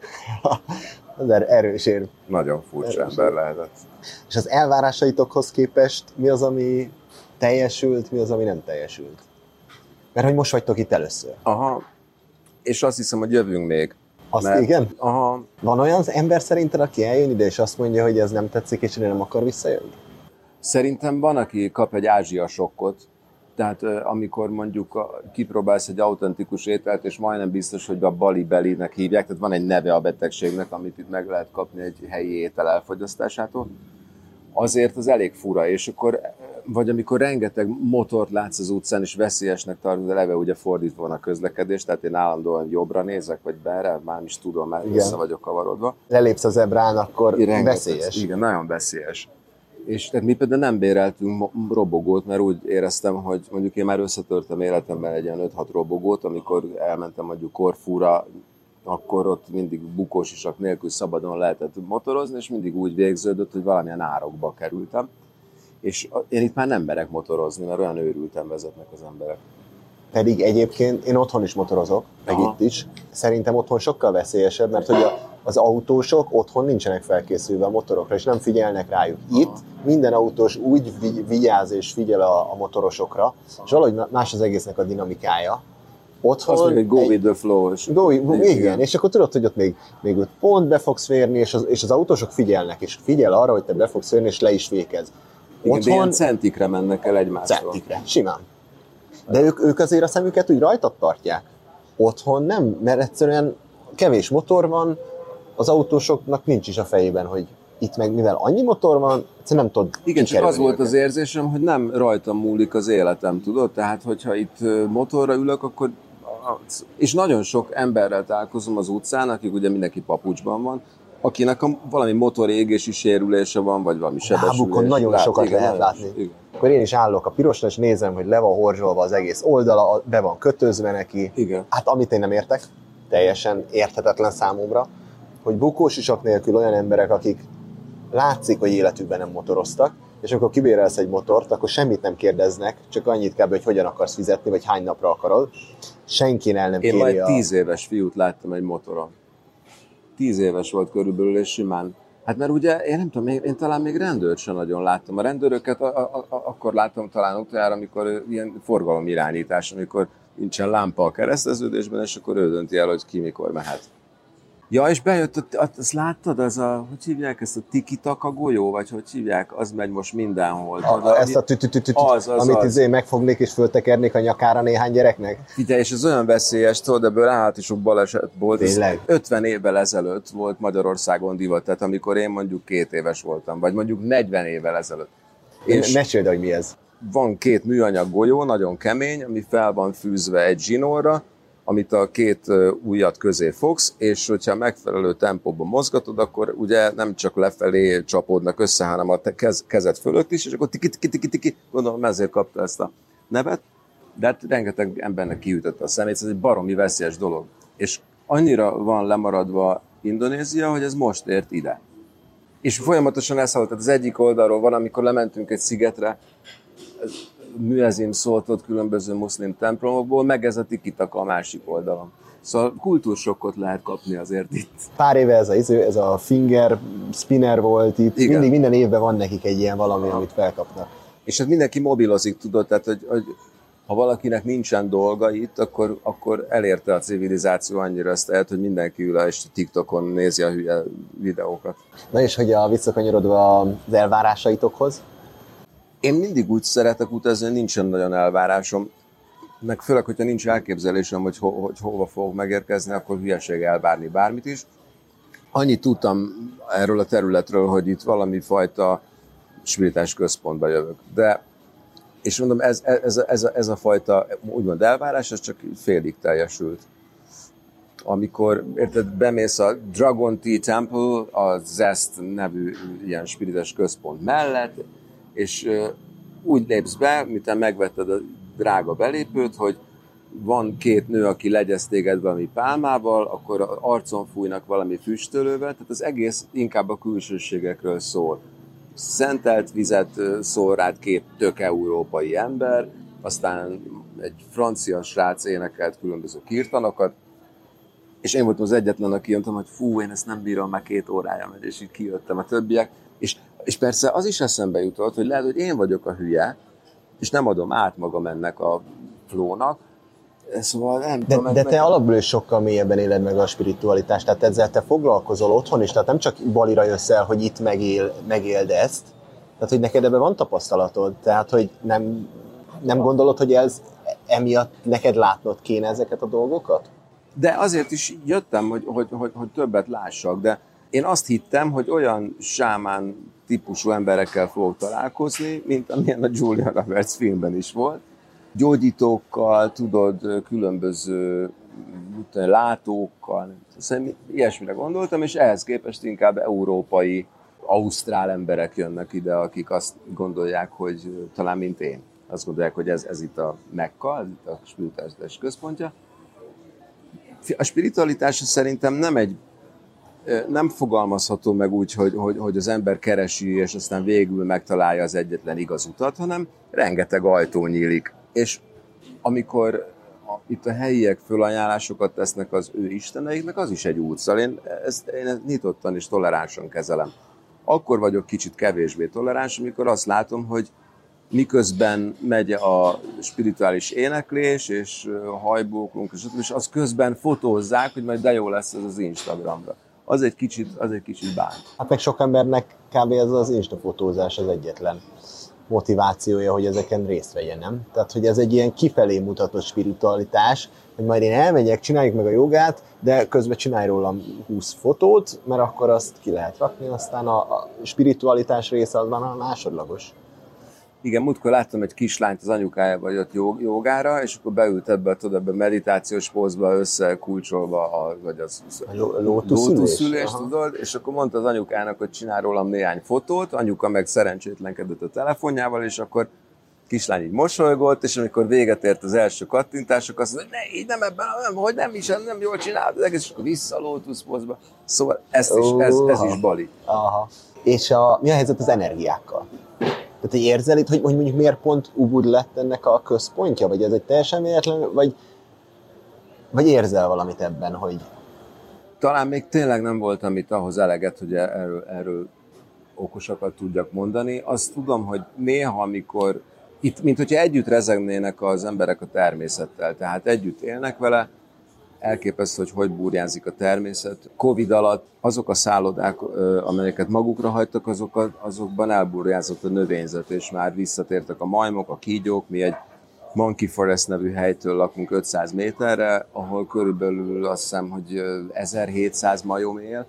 Speaker 5: Az erős ér.
Speaker 4: Nagyon furcsa
Speaker 5: erős
Speaker 4: ember
Speaker 5: ér.
Speaker 4: lehetett.
Speaker 5: És az elvárásaitokhoz képest mi az, ami teljesült, mi az, ami nem teljesült? Mert hogy most vagytok itt először.
Speaker 4: Aha. És azt hiszem, hogy jövünk még.
Speaker 5: Azt
Speaker 4: mert...
Speaker 5: igen?
Speaker 4: Aha.
Speaker 5: Van olyan az ember szerinted, aki eljön ide, és azt mondja, hogy ez nem tetszik, és nem akar visszajönni?
Speaker 4: Szerintem van, aki kap egy Ázsia sokkot. Tehát amikor mondjuk kipróbálsz egy autentikus ételt, és majdnem biztos, hogy a Bali Bellynek hívják, tehát van egy neve a betegségnek, amit itt meg lehet kapni egy helyi étel elfogyasztásától, azért az elég fura, és akkor, vagy amikor rengeteg motort látsz az utcán, és veszélyesnek tartod, eleve ugye fordítva van a közlekedés, tehát én állandóan jobbra nézek, vagy balra, már is tudom, már össze vagyok kavarodva.
Speaker 5: Lelépsz a zebrán, akkor rengeteg, veszélyes.
Speaker 4: Igen, nagyon veszélyes. És tehát mi például nem béreltünk robogót, mert úgy éreztem, hogy mondjuk én már összetörtem életemben egy ilyen öt-hat robogót, amikor elmentem mondjuk Korfúra, akkor ott mindig bukós isak nélkül szabadon lehetett motorozni, és mindig úgy végződött, hogy valamilyen árokba kerültem. És én itt már nem merek motorozni, mert olyan őrülten vezetnek az emberek.
Speaker 5: Pedig egyébként én otthon is motorozok, meg Aha. itt is. Szerintem otthon sokkal veszélyesebb, mert hogy a, az autósok otthon nincsenek felkészülve a motorokra, és nem figyelnek rájuk. Itt Aha. minden autós úgy vigyáz és figyel a, a motorosokra, és valahogy más az egésznek a dinamikája. Otthon
Speaker 4: azt mondja, hogy go with the flow.
Speaker 5: Go, igen, igen, és akkor tudod, hogy ott még, még ott pont be fogsz férni, és az, és az autósok figyelnek, és figyel arra, hogy te be fogsz férni, és le is fékez.
Speaker 4: Igen, otthon ilyen centikre mennek el egymásról.
Speaker 5: Centikre, simán. De ők, ők azért a szemüket úgy rajtad tartják. Otthon nem, mert egyszerűen kevés motor van, az autósoknak nincs is a fejében, hogy itt meg mivel annyi motor van, egyszerűen nem tudod
Speaker 4: Igen, csak az volt
Speaker 5: őket.
Speaker 4: az érzésem, hogy nem rajtam múlik az életem, tudod? Tehát, hogyha itt motorra ülök, akkor... És nagyon sok emberrel találkozom az utcán, akik ugye mindenki papucsban van, akinek a, valami motorégési sérülése van, vagy valami sebesülés.
Speaker 5: Lábukon nagyon
Speaker 4: Lát,
Speaker 5: sokat
Speaker 4: igen,
Speaker 5: lehet látni.
Speaker 4: Igen.
Speaker 5: Akkor én is állok a pirosra, és nézem, hogy le van horzsolva az egész oldala, be van kötözve neki.
Speaker 4: Igen.
Speaker 5: Hát amit én nem értek, teljesen érthetetlen számomra, hogy bukósisak nélkül olyan emberek, akik látszik, hogy életükben nem motoroztak, és amikor kibérelsz egy motort, akkor semmit nem kérdeznek, csak annyit kell, hogy hogyan akarsz fizetni, vagy hány napra akarod. Senkinél nem
Speaker 4: Én
Speaker 5: kéri
Speaker 4: majd
Speaker 5: a...
Speaker 4: tíz éves fiút láttam egy motoron. Tíz éves volt körülbelül, és simán. Hát mert ugye, én nem tudom, én, én talán még rendőrt sem nagyon láttam. A rendőröket a, a, a, akkor láttam talán utoljára, amikor ilyen forgalomirányítás, amikor nincsen lámpa a kereszteződésben, és akkor ő dönti el, hogy ki mikor mehet. Ja, és bejött, azt láttad, az a, hogy hívják ezt a tiki-taka golyó, vagy hogy hívják, az megy most mindenhol.
Speaker 5: A, ezt a tütütütütüt, amit izé megfognék és föltekernék a nyakára néhány gyereknek.
Speaker 4: Figyelj, és ez olyan veszélyes, tudod, ebből állati sok baleset volt.
Speaker 5: Tényleg?
Speaker 4: ötven évvel ezelőtt volt Magyarországon divat, tehát amikor én mondjuk két éves voltam, vagy mondjuk negyven évvel ezelőtt.
Speaker 5: És meséld, hogy mi ez.
Speaker 4: Van két műanyag golyó, nagyon kemény, ami fel van fűzve egy zsinórra, amit a két ujjad közé fogsz, és hogyha megfelelő tempóban mozgatod, akkor ugye nem csak lefelé csapódnak össze, hanem a te kez, kezed fölött is, és akkor tiki-tiki-tiki-tiki, gondolom ezért kapta ezt a nevet, de hát rengeteg embernek kiütötte a szemét, ez egy baromi veszélyes dolog. És annyira van lemaradva Indonézia, hogy ez most ért ide. És folyamatosan ez volt, tehát az egyik oldalról van, amikor lementünk egy szigetre, müezin szólt ott különböző muszlim templomokból, meg ez a tiki-taka a másik oldalon. Szóval kultúrsokkot lehet kapni azért itt.
Speaker 5: Pár éve ez a, ez a finger spinner volt itt,
Speaker 4: Igen.
Speaker 5: mindig minden évben van nekik egy ilyen valami, amit felkapnak.
Speaker 4: És hát mindenki mobilozik, tudod, tehát hogy, hogy ha valakinek nincsen dolga itt, akkor, akkor elérte a civilizáció annyira ezt el, hogy mindenki ül és TikTokon nézi a hülye videókat.
Speaker 5: Na és hogy a visszakanyarodva az elvárásaitokhoz?
Speaker 4: Én mindig úgy szeretek utazni, hogy nincsen nagyon elvárásom, meg főleg, hogyha nincs elképzelésem, hogy, ho, hogy hova fogok megérkezni, akkor hülyeség elvárni bármit is. Annyit tudtam erről a területről, hogy itt valami fajta spiritás központba jövök. De, és mondom, ez, ez, ez, a, ez a fajta úgymond elvárás, ez csak félig teljesült. Amikor, érted, bemész a Dragon Tea Temple, a Zest nevű ilyen spirites központ mellett, és uh, úgy lépsz be, miután megvetted a drága belépőt, hogy van két nő, aki legyez téged valami pálmával, akkor arcon fújnak valami füstölővel, tehát az egész inkább a külsőségekről szól. Szentelt vizet szól rád két tök európai ember, aztán egy francia srác énekelt különböző kirtanokat, és én voltam az egyetlen, aki jöttem, hogy fú, én ezt nem bírom, már két órája megy, és így kijöttem a többiek, és, és persze az is eszembe jutott, hogy lehet, hogy én vagyok a hülye, és nem adom át magam ennek a flónak, szóval nem
Speaker 5: de,
Speaker 4: tudom.
Speaker 5: De
Speaker 4: meg...
Speaker 5: te alapból is sokkal mélyebben éled meg a spiritualitást, tehát ezzel te foglalkozol otthon is, tehát nem csak Balira jössz el, hogy itt megél, megéld ezt, tehát hogy neked ebben van tapasztalatod, tehát hogy nem, nem gondolod, hogy ez emiatt neked látnod kéne ezeket a dolgokat?
Speaker 4: De azért is jöttem, hogy, hogy, hogy, hogy többet lássak, de én azt hittem, hogy olyan sámán típusú emberekkel fogok találkozni, mint amilyen a Julia Roberts filmben is volt. Gyógyítókkal, tudod, különböző tudom, látókkal, szóval ilyesmire gondoltam, és ehhez képest inkább európai, ausztrál emberek jönnek ide, akik azt gondolják, hogy talán mint én. Azt gondolják, hogy ez, ez itt a Mekka, ez itt a spiritualitás központja. A spiritualitás szerintem nem egy nem fogalmazható meg úgy, hogy, hogy, hogy az ember keresi, és aztán végül megtalálja az egyetlen igaz utat, hanem rengeteg ajtó nyílik. És amikor a, itt a helyiek fölajánlásokat tesznek az ő isteneiknek, az is egy út. Szóval én ezt, én ezt nyitottan és toleránsan kezelem. Akkor vagyok kicsit kevésbé toleráns, amikor azt látom, hogy miközben megy a spirituális éneklés, és hajbóklunk, és az közben fotózzák, hogy majd de jó lesz ez az Instagramra. Az egy kicsit, az egy kicsit bánt.
Speaker 5: Hát meg sok embernek kb. Ez az instafotózás az egyetlen motivációja, hogy ezeken részt vegyen, nem? Tehát, hogy ez egy ilyen kifelé mutatott spiritualitás, hogy majd én elmegyek, csináljuk meg a jogát, de közben csinálj rólam húsz fotót, mert akkor azt ki lehet rakni, aztán a, a spiritualitás része az már másodlagos.
Speaker 4: Igen, múltkor láttam egy kislányt, az anyukájával jött jogára, és akkor beült ebbe, tudod, ebbe meditációs pózba összekulcsolva, a, vagy az
Speaker 5: a lótuszülést,
Speaker 4: tudod, és akkor mondta az anyukának, hogy csinál rólam néhány fotót, anyuka meg szerencsétlenkedett a telefonjával, és akkor kislány így mosolygott, és amikor véget ért az első kattintások, azt mondta, hogy ne, így nem ebben, nem, hogy nem is, nem jól csinálod, egész, és akkor vissza a lótuszpózba. Szóval ezt is, ez, ez is Bali.
Speaker 5: Aha. És a, mi a helyzet az energiákkal? Tehát, hogy érzel itt, hogy, hogy mondjuk miért pont Ubud lett ennek a központja? Vagy ez egy teljesen véletlen, vagy, vagy érzel valamit ebben, hogy...
Speaker 4: Talán még tényleg nem voltam itt ahhoz eleget, hogy erről, erről okosakat tudjak mondani. Azt tudom, hogy néha, amikor itt, mint hogyha együtt rezegnének az emberek a természettel, tehát együtt élnek vele, elképesztő, hogy hogy burjánzik a természet. Covid alatt azok a szállodák, amelyeket magukra hagytak, azokat, azokban elburjázott a növényzet, és már visszatértek a majmok, a kígyók. Mi egy Monkey Forest nevű helytől lakunk ötszáz méterre, ahol körülbelül azt hiszem, hogy ezerhétszáz majom él,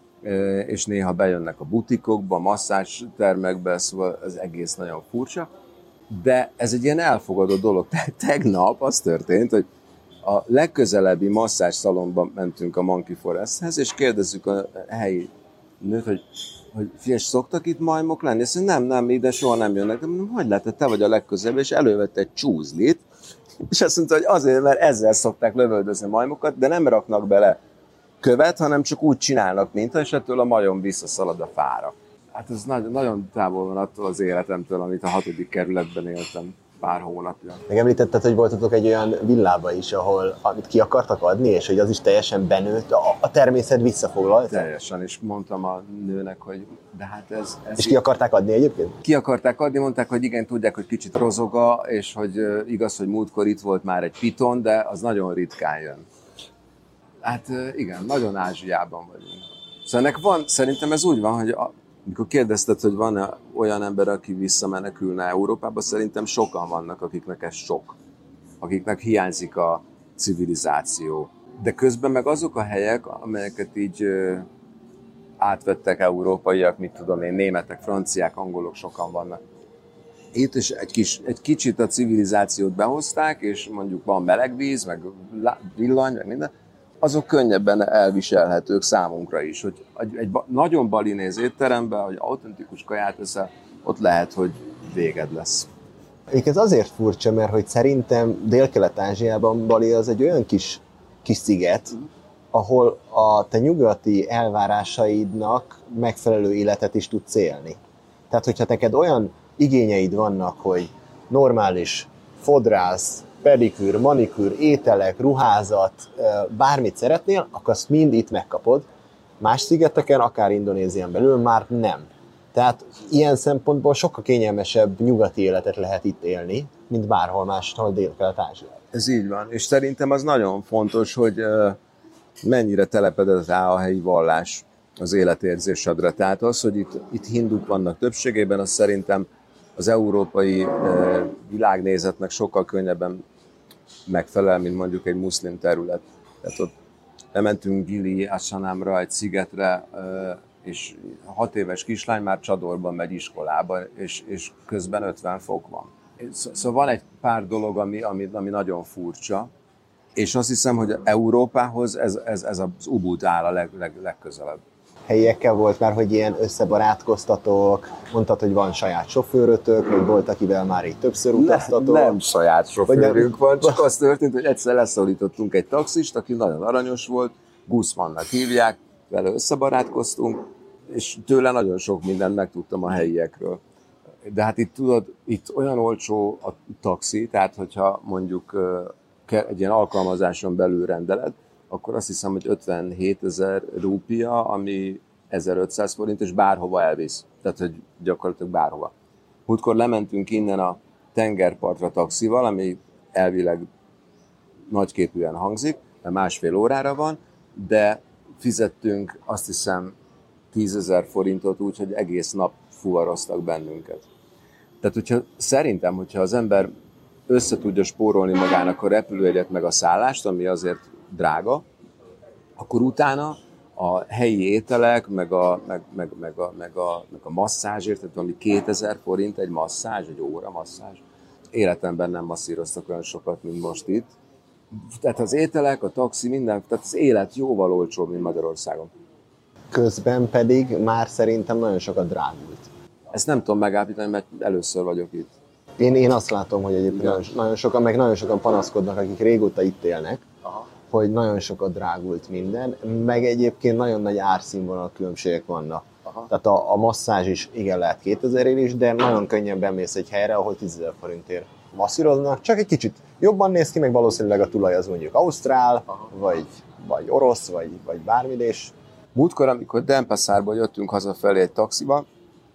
Speaker 4: és néha bejönnek a butikokba, masszázstermekbe, szóval ez egész nagyon furcsa. De ez egy ilyen elfogadó dolog. Tegnap az történt, hogy a legközelebbi masszázsszalonban mentünk a Monkey Foresthez, és kérdezzük a helyi nőt, hogy, hogy figyelj, szoktak itt majmok lenni? Azt mondja, nem, nem, ide soha nem jönnek. De mondom, hogy lehet, te vagy a legközelebb, és elővette egy csúzlit, és azt mondta, hogy azért, mert ezzel szokták lövöldözni majmokat, de nem raknak bele követ, hanem csak úgy csinálnak, mint és ettől a majom visszaszalad a fára. Hát ez nagyon, nagyon távol van attól az életemtől, amit a hatodik kerületben éltem pár hónapja.
Speaker 5: Meg említetted, hogy voltatok egy olyan villába is, ahol amit ki akartak adni, és hogy az is teljesen benőtt, a, a természet visszafoglalta?
Speaker 4: Teljesen, és mondtam a nőnek, hogy de hát ez... ez
Speaker 5: és ki akarták adni egyébként?
Speaker 4: Ki akarták adni, mondták, hogy igen, tudják, hogy kicsit rozoga, és hogy igaz, hogy múltkor itt volt már egy piton, de az nagyon ritkán jön. Hát igen, nagyon Ázsiában vagyunk. Szóval ennek van, szerintem ez úgy van, hogy a, amikor kérdezted, hogy van-e olyan ember, aki visszamenekülne Európába, szerintem sokan vannak, akiknek ez sok. Akiknek hiányzik a civilizáció. De közben meg azok a helyek, amelyeket így ö, átvettek európaiak, mit tudom én, németek, franciák, angolok, sokan vannak. Itt is egy, kis, egy kicsit a civilizációt behozták, és mondjuk van meleg víz, meg villany, meg minden, azok könnyebben elviselhetők számunkra is. Hogy egy, egy nagyon balinéz étteremben, hogy autentikus kaját eszel, ott lehet, hogy véged lesz.
Speaker 5: Ez azért furcsa, mert hogy szerintem Dél-Kelet-Ázsiában Bali az egy olyan kis, kis sziget, mm. ahol a te nyugati elvárásaidnak megfelelő életet is tudsz élni. Tehát, hogyha neked olyan igényeid vannak, hogy normális fodrász, pedikűr, manikűr, ételek, ruházat, bármit szeretnél, akkor azt mind itt megkapod. Más szigeteken, akár Indonézián belül már nem. Tehát ilyen szempontból sokkal kényelmesebb nyugati életet lehet itt élni, mint bárhol máshol Dél-Kelet-Ázsiában.
Speaker 4: Ez így van, és szerintem az nagyon fontos, hogy mennyire telepedett rá a helyi vallás az életérzésedre. Tehát az, hogy itt, itt hinduk vannak többségében, az szerintem az európai világnézetnek sokkal könnyebben megfelel, mint mondjuk egy muszlim terület. Tehát ott lementünk Gili Asanámra, egy szigetre, és hat éves kislány már Csadorban megy iskolába, és, és közben ötven fok van. Szóval van egy pár dolog, ami, ami, ami nagyon furcsa, és azt hiszem, hogy Európához ez, ez, ez az Ubud áll a leg, leg, legközelebb.
Speaker 5: Helyiekkel volt már, hogy ilyen összebarátkoztatok, mondtad, hogy van saját sofőrötök, vagy volt, akivel már így többször utaztatok?
Speaker 4: Nem, nem saját sofőrünk van, csak az történt, hogy egyszer leszólítottunk egy taxist, aki nagyon aranyos volt, Guzmannak hívják, vele összebarátkoztunk, és tőle nagyon sok mindent megtudtam a helyiekről. De hát itt tudod, itt olyan olcsó a taxi, tehát hogyha mondjuk egy ilyen alkalmazáson belül rendeled, akkor azt hiszem, hogy ötvenhétezer rúpia, ami ezerötszáz forint, és bárhova elvisz. Tehát, hogy gyakorlatilag bárhova. Múltkor lementünk innen a tengerpartra taxival, ami elvileg nagyképűen hangzik, mert másfél órára van, de fizettünk azt hiszem tízezer forintot úgy, hogy egész nap fuvaroztak bennünket. Tehát, hogyha szerintem, hogyha az ember össze tudja spórolni magának a repülőjegyet meg a szállást, ami azért drága, akkor utána a helyi ételek, meg a, meg, meg, meg a, meg a, meg a masszázsért, tehát valami kétezer forint egy masszázs, egy óra masszázs. Életemben nem masszíroztak olyan sokat, mint most itt. Tehát az ételek, a taxi, minden, tehát az élet jóval olcsóbb, mint Magyarországon.
Speaker 5: Közben pedig már szerintem nagyon sokat drágult.
Speaker 4: Ezt nem tudom megállapítani, mert először vagyok itt.
Speaker 5: Én, én azt látom, hogy egyébként nagyon, nagyon sokan, meg nagyon sokan panaszkodnak, akik régóta itt élnek, aha, hogy nagyon sokat drágult minden, meg egyébként nagyon nagy árszínvonal különbségek vannak. Aha. Tehát a, a masszázs is igen lehet kétezerért is, de nagyon könnyen bemész egy helyre, ahol tízezer forintért masszíroznak, csak egy kicsit jobban néz ki, meg valószínűleg a tulaj az mondjuk ausztrál, vagy, vagy orosz, vagy, vagy bármi, és
Speaker 4: múltkor, amikor Denpasarból jöttünk hazafelé egy taxiba,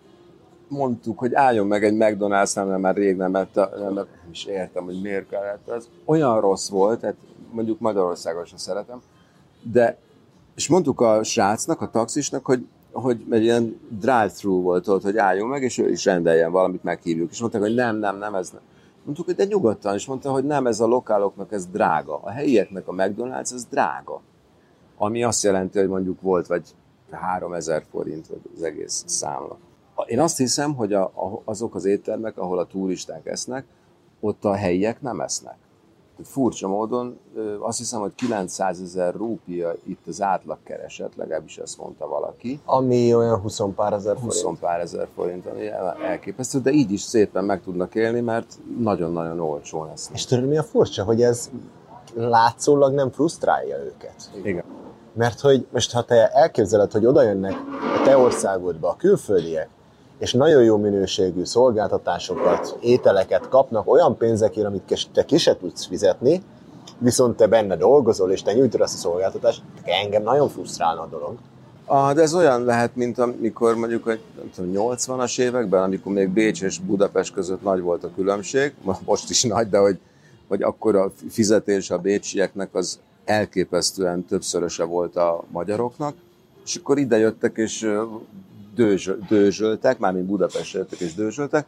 Speaker 4: mondtuk, hogy álljon meg egy McDonald's-nál, mert már rég nem, mert nem, nem is értem, hogy miért kellett ez. Olyan rossz volt, tehát mondjuk Magyarországon sem szeretem, de, és mondtuk a srácnak, a taxisnak, hogy, hogy egy ilyen drive-thru volt ott, hogy álljunk meg, és ő is rendeljen valamit, meghívjuk. És mondták, hogy nem, nem, nem, ez nem. Mondtuk, hogy de nyugodtan, és mondta, hogy nem, ez a lokáloknak ez drága. A helyieknek a McDonald's, ez drága. Ami azt jelenti, hogy mondjuk volt vagy háromezer forint vagy az egész számla. Én azt hiszem, hogy a, a, azok az éttermek, ahol a turisták esznek, ott a helyiek nem esznek. Furcsa módon azt hiszem, hogy kilencszázezer rúpia itt az átlagkereset, legalábbis ezt mondta valaki.
Speaker 5: Ami olyan húsz pár ezer forint.
Speaker 4: húsz pár ezer forint, ami elképesztő, de így is szépen meg tudnak élni, mert nagyon-nagyon olcsón esznek.
Speaker 5: És tudod, mi a furcsa, hogy ez látszólag nem frusztrálja őket.
Speaker 4: Igen.
Speaker 5: Mert hogy most, ha te elképzeled, hogy oda jönnek a te országodba a külföldiek, és nagyon jó minőségű szolgáltatásokat, ételeket kapnak olyan pénzekért, amit te ki se tudsz fizetni, viszont te benne dolgozol, és te nyújtod azt a szolgáltatást, engem nagyon frusztrálna a dolog.
Speaker 4: Ah, de ez olyan lehet, mint amikor mondjuk, hogy nem tudom, nyolcvanas években, amikor még Bécs és Budapest között nagy volt a különbség, most is nagy, de hogy, hogy akkor a fizetés a bécsieknek az elképesztően többszöröse volt a magyaroknak, és akkor ide jöttek és dőzsöl, dőzsöltek, mármint Budapestre jöttek és dőzsöltek,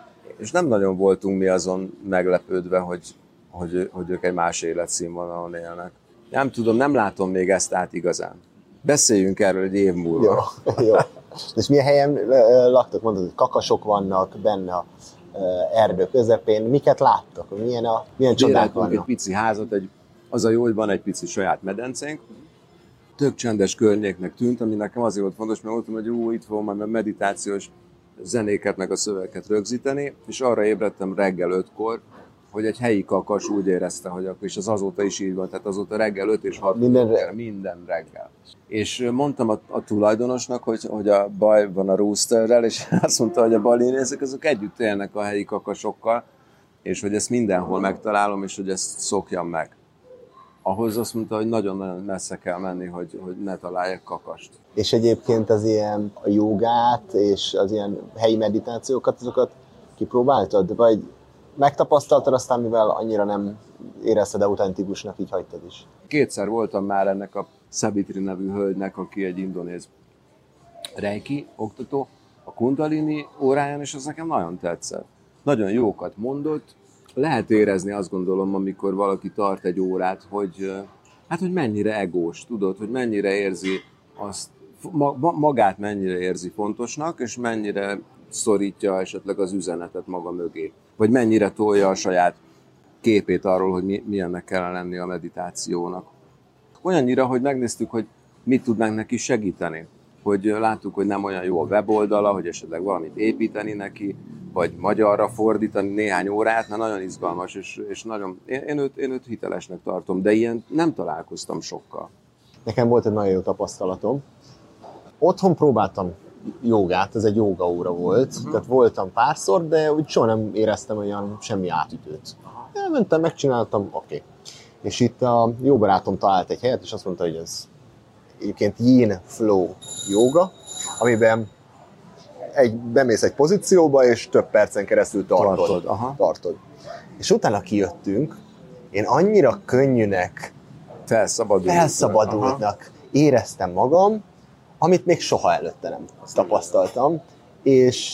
Speaker 4: és nem nagyon voltunk mi azon meglepődve, hogy, hogy, hogy ők egy más életszínvonalon élnek. Nem tudom, nem látom még ezt át igazán. Beszéljünk erről egy év múlva.
Speaker 5: Jó, jó. És milyen helyen laktok? Mondod, hogy kakasok vannak benne a erdő közepén. Miket láttok? Milyen, a, milyen csodák vannak?
Speaker 4: Egy pici házat, egy, az a jó, hogy van egy pici saját medencénk. Tök csendes környéknek tűnt, ami nekem azért volt fontos, mert mondtam, hogy ú, itt fogom majd meditációs zenéket meg a szövegeket rögzíteni, és arra ébredtem reggel ötkor, hogy egy helyi kakas úgy érezte, hogy akkor, és az azóta is így van, tehát azóta reggel öt és hat
Speaker 5: minden,
Speaker 4: reggel, minden reggel. És mondtam a, a tulajdonosnak, hogy, hogy a baj van a roosterrel, és azt mondta, hogy a balinézek, azok együtt élnek a helyi kakasokkal, és hogy ezt mindenhol megtalálom, és hogy ezt szokjam meg. Ahhoz azt mondta, hogy nagyon-nagyon messze kell menni, hogy, hogy ne találjak kakast.
Speaker 5: És egyébként az ilyen a jogát és az ilyen helyi meditációkat, azokat kipróbáltad? Vagy megtapasztaltad, aztán mivel annyira nem érezted autentikusnak, így hagytad is?
Speaker 4: Kétszer voltam már ennek a Savitri nevű hölgynek, aki egy indonéz reiki oktató, a kundalini óráján, és az nekem nagyon tetszett. Nagyon jókat mondott. Lehet érezni, azt gondolom, amikor valaki tart egy órát, hogy, hát, hogy mennyire egós, tudod, hogy mennyire érzi azt, ma, magát mennyire érzi fontosnak, és mennyire szorítja esetleg az üzenetet maga mögé. Vagy mennyire tolja a saját képét arról, hogy mi, milyennek kellene lenni a meditációnak. Olyannyira, hogy megnéztük, hogy mit tudnánk neki segíteni. Hogy láttuk, hogy nem olyan jó a weboldala, hogy esetleg valamit építeni neki, vagy magyarra fordítani néhány órát, mert nagyon izgalmas, és, és nagyon, én, én, őt, én őt hitelesnek tartom, de ilyen nem találkoztam sokkal.
Speaker 5: Nekem volt egy nagyon jó tapasztalatom. Otthon próbáltam jogát, ez egy jógaóra volt, uh-huh. Tehát voltam párszor, de úgy soha nem éreztem olyan semmi átütőt. Elmentem, megcsináltam, oké. Okay. És itt a jó barátom talált egy helyet, és azt mondta, hogy ez egyébként Yin Flow jóga, amiben egy, bemész egy pozícióba, és több percen keresztül tartod.
Speaker 4: Tartod, aha.
Speaker 5: tartod. És utána kijöttünk, én annyira könnyűnek,
Speaker 4: felszabadult,
Speaker 5: felszabadultnak éreztem magam, amit még soha előtte nem tapasztaltam, és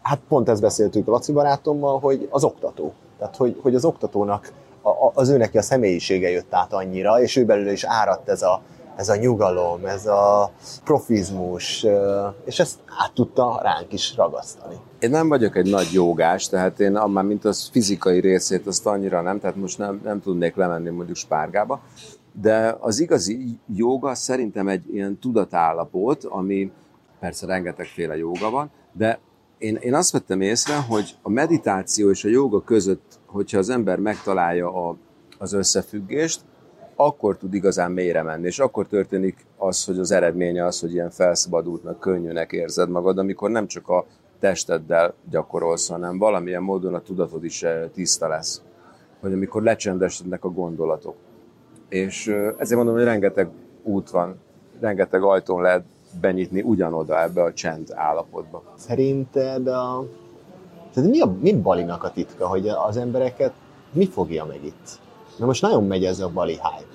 Speaker 5: hát pont ezt beszéltük Laci barátommal, hogy az oktató. Tehát, hogy, hogy az oktatónak, a, az ő neki a személyisége jött át annyira, és ő belőle is áradt ez a, ez a nyugalom, ez a profizmus, és ezt át tudta ránk is ragasztani.
Speaker 4: Én nem vagyok egy nagy jogás, tehát én már mint az fizikai részét, azt annyira nem, tehát most nem, nem tudnék lemenni mondjuk spárgába, de az igazi jóga szerintem egy ilyen tudatállapot, ami persze rengetegféle jóga van, de én, én azt vettem észre, hogy a meditáció és a jóga között, hogyha az ember megtalálja a, az összefüggést, akkor tud igazán mélyre menni, és akkor történik az, hogy az eredménye az, hogy ilyen felszabadultnak, könnyűnek érzed magad, amikor nem csak a testeddel gyakorolsz, hanem valamilyen módon a tudatod is tiszta lesz. Vagy amikor lecsendesednek a gondolatok. És ezért mondom, hogy rengeteg út van, rengeteg ajtón lehet benyitni ugyanoda ebbe a csend állapotba.
Speaker 5: Szerinted a... Tehát mi a mi Balinak a titka, hogy az embereket mi fogja meg itt? Na most nagyon megy ez a Bali hype.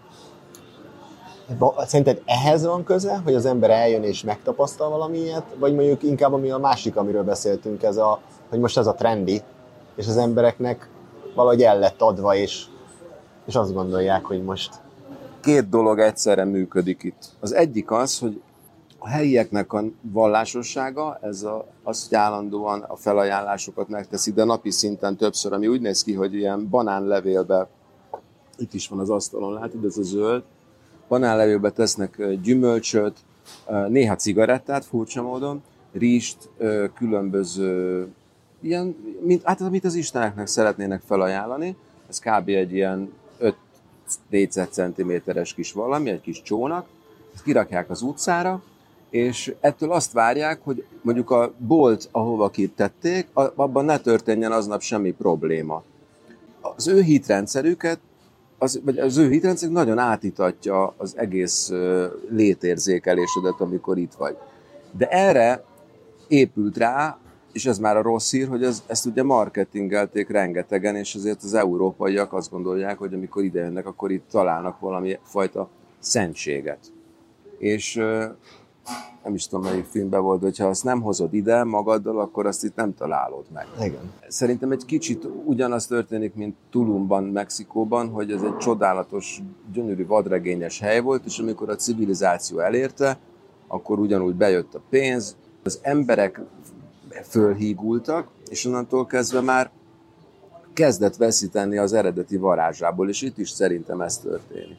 Speaker 5: Szerinted ehhez van köze, hogy az ember eljön és megtapasztal valamilyet, vagy mondjuk inkább ami a másik, amiről beszéltünk, ez a, hogy most ez a trendi, és az embereknek valahogy el lett adva, és, és azt gondolják, hogy most...
Speaker 4: Két dolog egyszerre működik itt. Az egyik az, hogy a helyieknek a vallásossága, ez a, az, hogy állandóan a felajánlásokat megteszi, de napi szinten többször, ami úgy néz ki, hogy ilyen banánlevélbe, itt is van az asztalon, látod, ez a zöld, banánlevélbe tesznek gyümölcsöt, néha cigarettát, furcsa módon, rizst, különböző, ilyen, mint, hát amit az isteneknek szeretnének felajánlani, ez kb. Egy ilyen öt négyzetcentiméteres kis valami, egy kis csónak, ezt kirakják az utcára, és ettől azt várják, hogy mondjuk a bolt, ahova kitették, abban ne történjen aznap semmi probléma. Az ő hitrendszerüket, az, vagy az ő hitrendszerük nagyon átítatja az egész létérzékelésedet, amikor itt vagy. De erre épült rá, és ez már a rossz hír, hogy ez, ezt ugye marketingelték rengetegen, és azért az európaiak azt gondolják, hogy amikor ide jönnek, akkor itt találnak valami fajta szentséget. És nem is tudom, melyik filmben volt, hogyha azt nem hozod ide magaddal, akkor azt itt nem találod meg.
Speaker 5: Igen.
Speaker 4: Szerintem egy kicsit ugyanaz történik, mint Tulumban, Mexikóban, hogy ez egy csodálatos, gyönyörű, vadregényes hely volt, és amikor a civilizáció elérte, akkor ugyanúgy bejött a pénz, az emberek fölhígultak, és onnantól kezdve már kezdett veszíteni az eredeti varázsából, és itt is szerintem ez történik.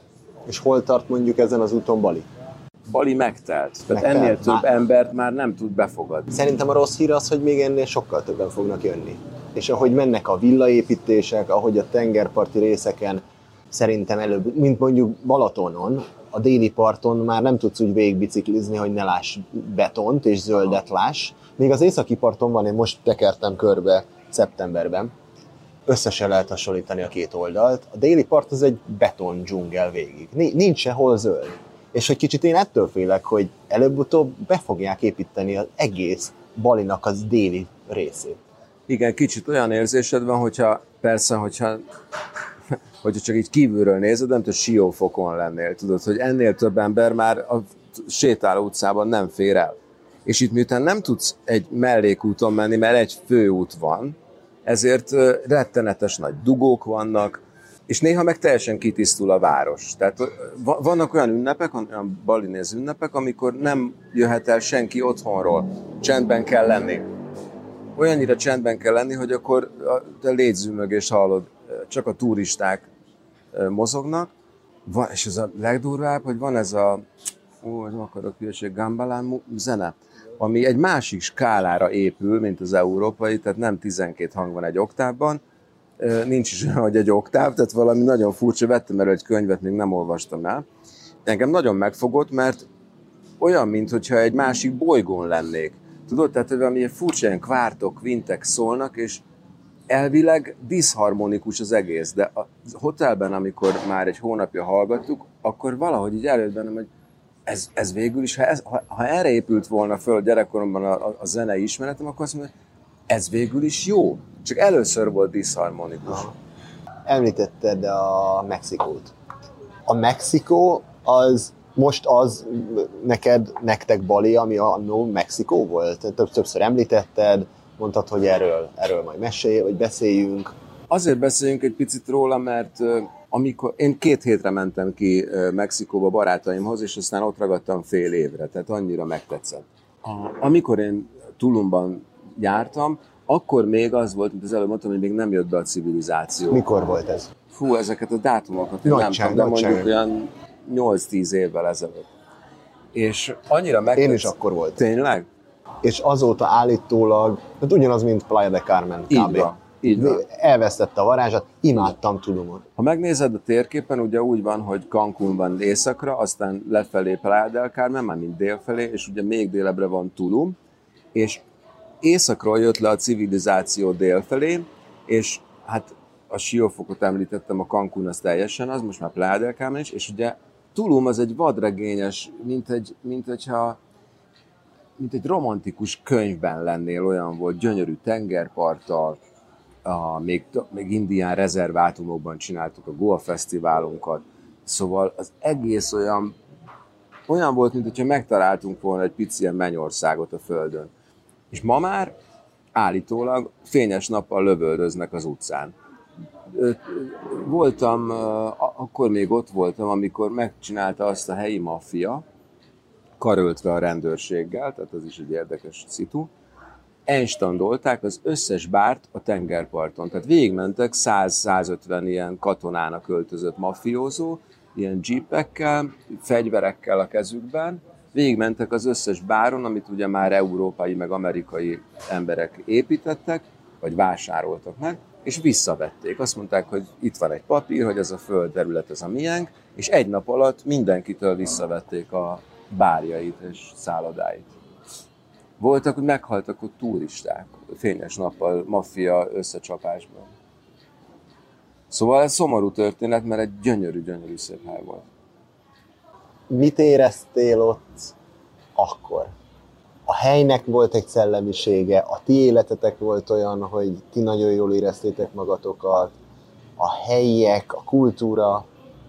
Speaker 5: És hol tart mondjuk ezen az úton Bali?
Speaker 4: Bali megtelt. Tehát
Speaker 5: megtelt.
Speaker 4: ennél több
Speaker 5: Már...
Speaker 4: embert már nem tud befogadni.
Speaker 5: Szerintem a rossz hír az, hogy még ennél sokkal többen fognak jönni. És ahogy mennek a villaépítések, ahogy a tengerparti részeken szerintem előbb, mint mondjuk Balatonon, a déli parton már nem tudsz úgy végigbiciklizni, hogy ne láss betont és zöldet láss. Még az északi parton van, én most tekertem körbe szeptemberben, összesen lehet hasonlítani a két oldalt. A déli part az egy beton dzsungel végig. Nincs sehol zöld. És hogy kicsit én ettől félek, hogy előbb-utóbb be fogják építeni az egész Balinak az déli részét.
Speaker 4: Igen, kicsit olyan érzésed van, hogyha persze, hogyha, hogyha csak így kívülről nézed, nem tudod, Siófokon lennél, tudod, hogy ennél több ember már a sétáló utcában nem fér el. És itt miután nem tudsz egy mellékúton menni, mert egy főút van, ezért rettenetes nagy dugók vannak, és néha meg teljesen kitisztul a város. Tehát vannak olyan ünnepek, olyan balinéz ünnepek, amikor nem jöhet el senki otthonról. Csendben kell lenni. Olyannyira csendben kell lenni, hogy akkor a légyzűmögést hallod, csak a turisták mozognak. Van, és ez a legdurvább, hogy van ez a, ó, nem akarok hülyeség, gambalán zene, ami egy másik skálára épül, mint az európai, tehát nem tizenkét hang van egy oktávban, nincs is olyan, hogy egy oktáv, tehát valami nagyon furcsa, vettem erről egy könyvet, még nem olvastam el. Engem nagyon megfogott, mert olyan, mintha egy másik bolygón lennék. Tudod, tehát valami furcsa ilyen kvártok, kvintek szólnak, és elvileg diszharmonikus az egész, de a hotelben, amikor már egy hónapja hallgattuk, akkor valahogy így előtt bennem, hogy ez, ez végül is, ha, ez, ha, ha erre épült volna föl a gyerekkoromban a, a, a zenei ismeretem, akkor azt mondom, hogy ez végül is jó. Csak először volt diszharmonikus.
Speaker 5: Említetted a Mexikót. A Mexikó az most az neked, nektek Bali, ami annó Mexikó volt? Több, többször említetted, mondtad, hogy erről, erről majd mesélj, vagy beszéljünk.
Speaker 4: Azért beszéljünk egy picit róla, mert amikor én két hétre mentem ki Mexikóba barátaimhoz, és aztán ott ragadtam fél évre, tehát annyira megtetszett. Amikor én Tulumban jártam, akkor még az volt, mint az előbb mondtam, hogy még nem jött be a civilizáció.
Speaker 5: Mikor volt ez?
Speaker 4: Fú, ezeket a dátumokat én nem tudom, de mondjuk olyan nyolc-tíz évvel ezelőtt. És annyira megtetszett.
Speaker 5: Én is akkor volt.
Speaker 4: Tényleg?
Speaker 5: És azóta állítólag, hát ugyanaz, mint Playa de Carmen.
Speaker 4: Így van. Így van.
Speaker 5: Elvesztette a varázsát, imádtam Tulumot.
Speaker 4: Ha megnézed a térképen, ugye úgy van, hogy Cancún van északra, aztán lefelé Playa del Carmen, már mind délfelé, és ugye még délebbre van Tulum, és északról jött le a civilizáció délfelé, és hát a Siófokot említettem, a Cancún az teljesen az, most már Playa del Carmen is, és ugye Tulum az egy vadregényes, mint egy, mint hogyha, mint egy romantikus könyvben lennél, olyan volt, gyönyörű tengerparttal, a, még, még indián rezervátumokban csináltuk a Goa fesztiválunkat, szóval az egész olyan, olyan volt, mint hogyha megtaláltunk volna egy pici ilyen mennyországot a földön. És ma már állítólag fényes nappal lövöldöznek az utcán. Voltam, akkor még ott voltam, amikor megcsinálta azt a helyi maffia, karöltve a rendőrséggel, tehát az is egy érdekes szitu, enstandolták az összes bárt a tengerparton. Tehát végigmentek száz-százötven ilyen katonának öltözött mafiózó, ilyen jeepekkel, fegyverekkel a kezükben, végigmentek az összes báron, amit ugye már európai meg amerikai emberek építettek, vagy vásároltak meg, és visszavették. Azt mondták, hogy itt van egy papír, hogy ez a földterület, ez a miénk, és egy nap alatt mindenkitől visszavették a bárjait és szállodáit. Voltak, hogy meghaltak ott turisták, fényes nappal, maffia összecsapásban. Szóval ez szomorú történet, mert egy gyönyörű-gyönyörű szép hely volt.
Speaker 5: Mit éreztél ott akkor? A helynek volt egy szellemisége, a ti életetek volt olyan, hogy ti nagyon jól éreztétek magatokat, a helyiek, a kultúra.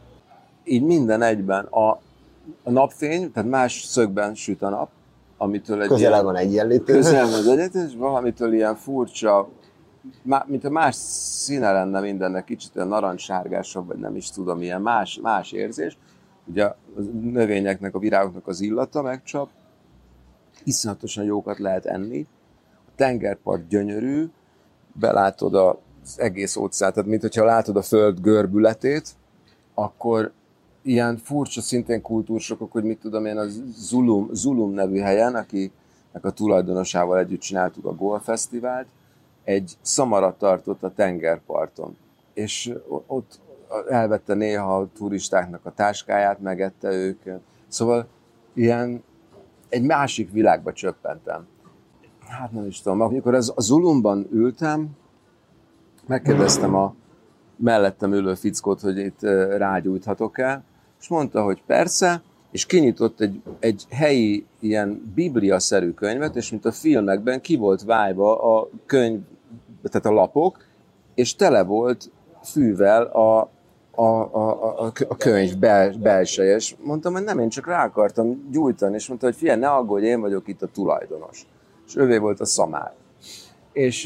Speaker 4: Így minden egyben. A, a napfény, tehát más szögben süt a nap, amitől egy
Speaker 5: közel
Speaker 4: ilyen,
Speaker 5: van egyenlítő.
Speaker 4: Közel van az egyenlítő, és valamitől ilyen furcsa, mint a más színe lenne mindennek, kicsit olyan narancssárgásabb, vagy nem is tudom, ilyen más, más érzés. Ugye a növényeknek, a virágoknak az illata megcsap, iszonyatosan jókat lehet enni. A tengerpart gyönyörű, belátod az egész óceánt, tehát mint hogyha látod a föld görbületét, akkor ilyen furcsa, szintén kultúrsokok, hogy mit tudom én, a Zulum, Zulum nevű helyen, akinek a tulajdonosával együtt csináltuk a Goa fesztivált, egy szamarat tartott a tengerparton. És ott elvette néha a turistáknak a táskáját, megette őket. Szóval ilyen egy másik világba csöppentem. Hát nem is tudom, amikor az, a Zulumban ültem, megkérdeztem a mellettem ülő fickót, hogy itt rágyújthatok el, és mondta, hogy persze, és kinyitott egy, egy helyi ilyen biblia-szerű könyvet, és mint a filmekben ki volt vájva a könyv, tehát a lapok, és tele volt fűvel a, a, a, a, a könyv bel, belseje, és mondtam, hogy nem, én csak rá akartam gyújtani, és mondta, hogy figyelj, ne aggódj, én vagyok itt a tulajdonos. És ővé volt a szamár. És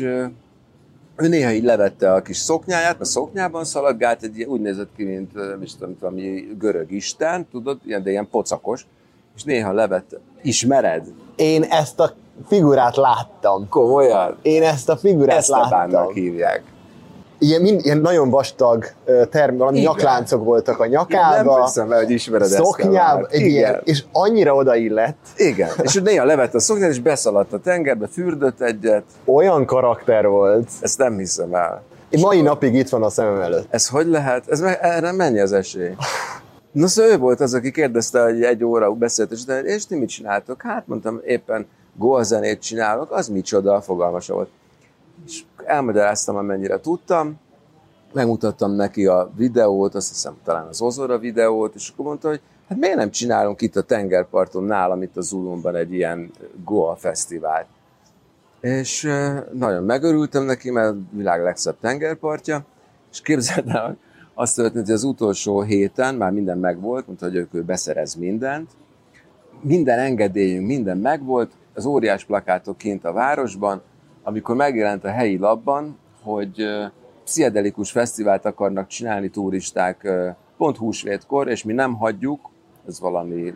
Speaker 4: ő néha így levette a kis szoknyáját, a szoknyában szaladgált, egy, úgy nézett ki, mint nem is tudom, valami görög isten, tudod, de ilyen pocakos, és néha levette. Ismered?
Speaker 5: Én ezt a figurát láttam.
Speaker 4: Komolyan?
Speaker 5: Én ezt a figurát
Speaker 4: Esztebánnak
Speaker 5: láttam.
Speaker 4: hívják.
Speaker 5: Ilyen, mind, ilyen nagyon vastag term, valami igen. Nyakláncok voltak a nyakába.
Speaker 4: Nem hiszem el, hogy ismered
Speaker 5: szoknyába, egy ilyen, és annyira odaillett.
Speaker 4: Igen, és néha levette a szoknyát, és beszaladt a tengerbe, fürdött egyet.
Speaker 5: Olyan karakter volt.
Speaker 4: Ezt nem hiszem el.
Speaker 5: Én mai napig itt van a szemem előtt.
Speaker 4: Ez hogy lehet? Ez, erre mennyi az esély? Na szóval ő volt az, aki kérdezte, hogy egy óra beszélt, és, de, és ti mit csináltok? Hát mondtam, éppen Goa zenét csinálok, az micsoda, fogalmasa volt. És elmagyaráztam, amennyire tudtam, megmutattam neki a videót, azt hiszem talán az Ozora videót, és akkor mondta, hogy hát miért nem csinálunk itt a tengerparton nálam, itt a Zulumban egy ilyen Goa fesztivált. És nagyon megörültem neki, mert a világ legszebb tengerpartja, és képzeld el, azt történt, hogy az utolsó héten már minden megvolt, mondta, hogy ő beszerez mindent. Minden engedélyünk, minden megvolt, az óriás plakátok kint a városban, amikor megjelent a helyi labban, hogy pszichedelikus fesztivált akarnak csinálni turisták pont húsvétkor, és mi nem hagyjuk, ez valami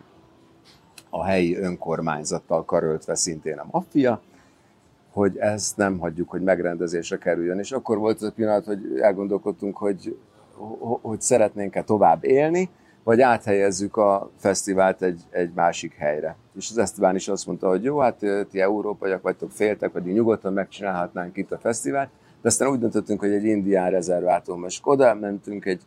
Speaker 4: a helyi önkormányzattal karöltve szintén a maffia, hogy ezt nem hagyjuk, hogy megrendezésre kerüljön. És akkor volt az a pillanat, hogy elgondolkodtunk, hogy, hogy szeretnénk-e tovább élni, vagy áthelyezzük a fesztivált egy, egy másik helyre. És az Esteban is azt mondta, hogy jó, hát ti európaiak vagytok, féltek, vagy nyugodtan megcsinálhatnánk itt a fesztivált, de aztán úgy döntöttünk, hogy egy indián rezervátum, és oda mentünk egy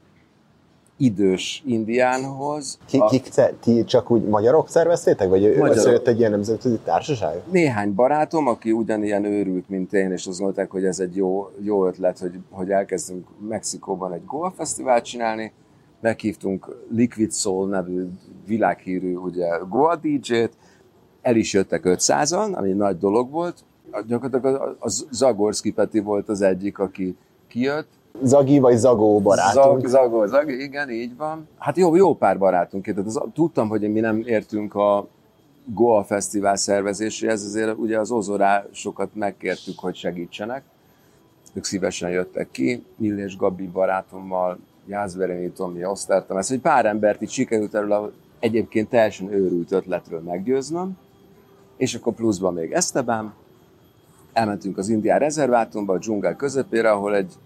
Speaker 4: idős indiánhoz.
Speaker 5: Ki, a... Kik, ti csak úgy magyarok szerveztétek, vagy összejött egy ilyen nemzetközi társaság?
Speaker 4: Néhány barátom, aki ugyanilyen őrült, mint én, és azt mondták, hogy ez egy jó, jó ötlet, hogy, hogy elkezdünk Mexikóban egy Goa fesztivált csinálni. Meghívtunk Liquid Soul nevű világhírű ugye, Goa dé dzsét, el is jöttek ötszázan, ami nagy dolog volt. Gyakorlatilag a, a Zagorszki Peti volt az egyik, aki kijött.
Speaker 5: Zagi vagy Zagó barátunk?
Speaker 4: Zag, Zagó, Zagi, igen, így van. Hát jó, jó pár barátunk. Tehát az, tudtam, hogy mi nem értünk a Goa Fesztivál szervezéséhez, ezért ugye az ozorásokat megkértük, hogy segítsenek. Ők szívesen jöttek ki, Millés Gabi barátommal, Jászberényi Tomi, Osztártam, ezt, hogy pár embert itt sikerült erről egyébként teljesen őrült ötletről meggyőznöm, és akkor pluszban még Esteban, elmentünk az indián rezervátumba, a dzsungel közepére, ahol egy,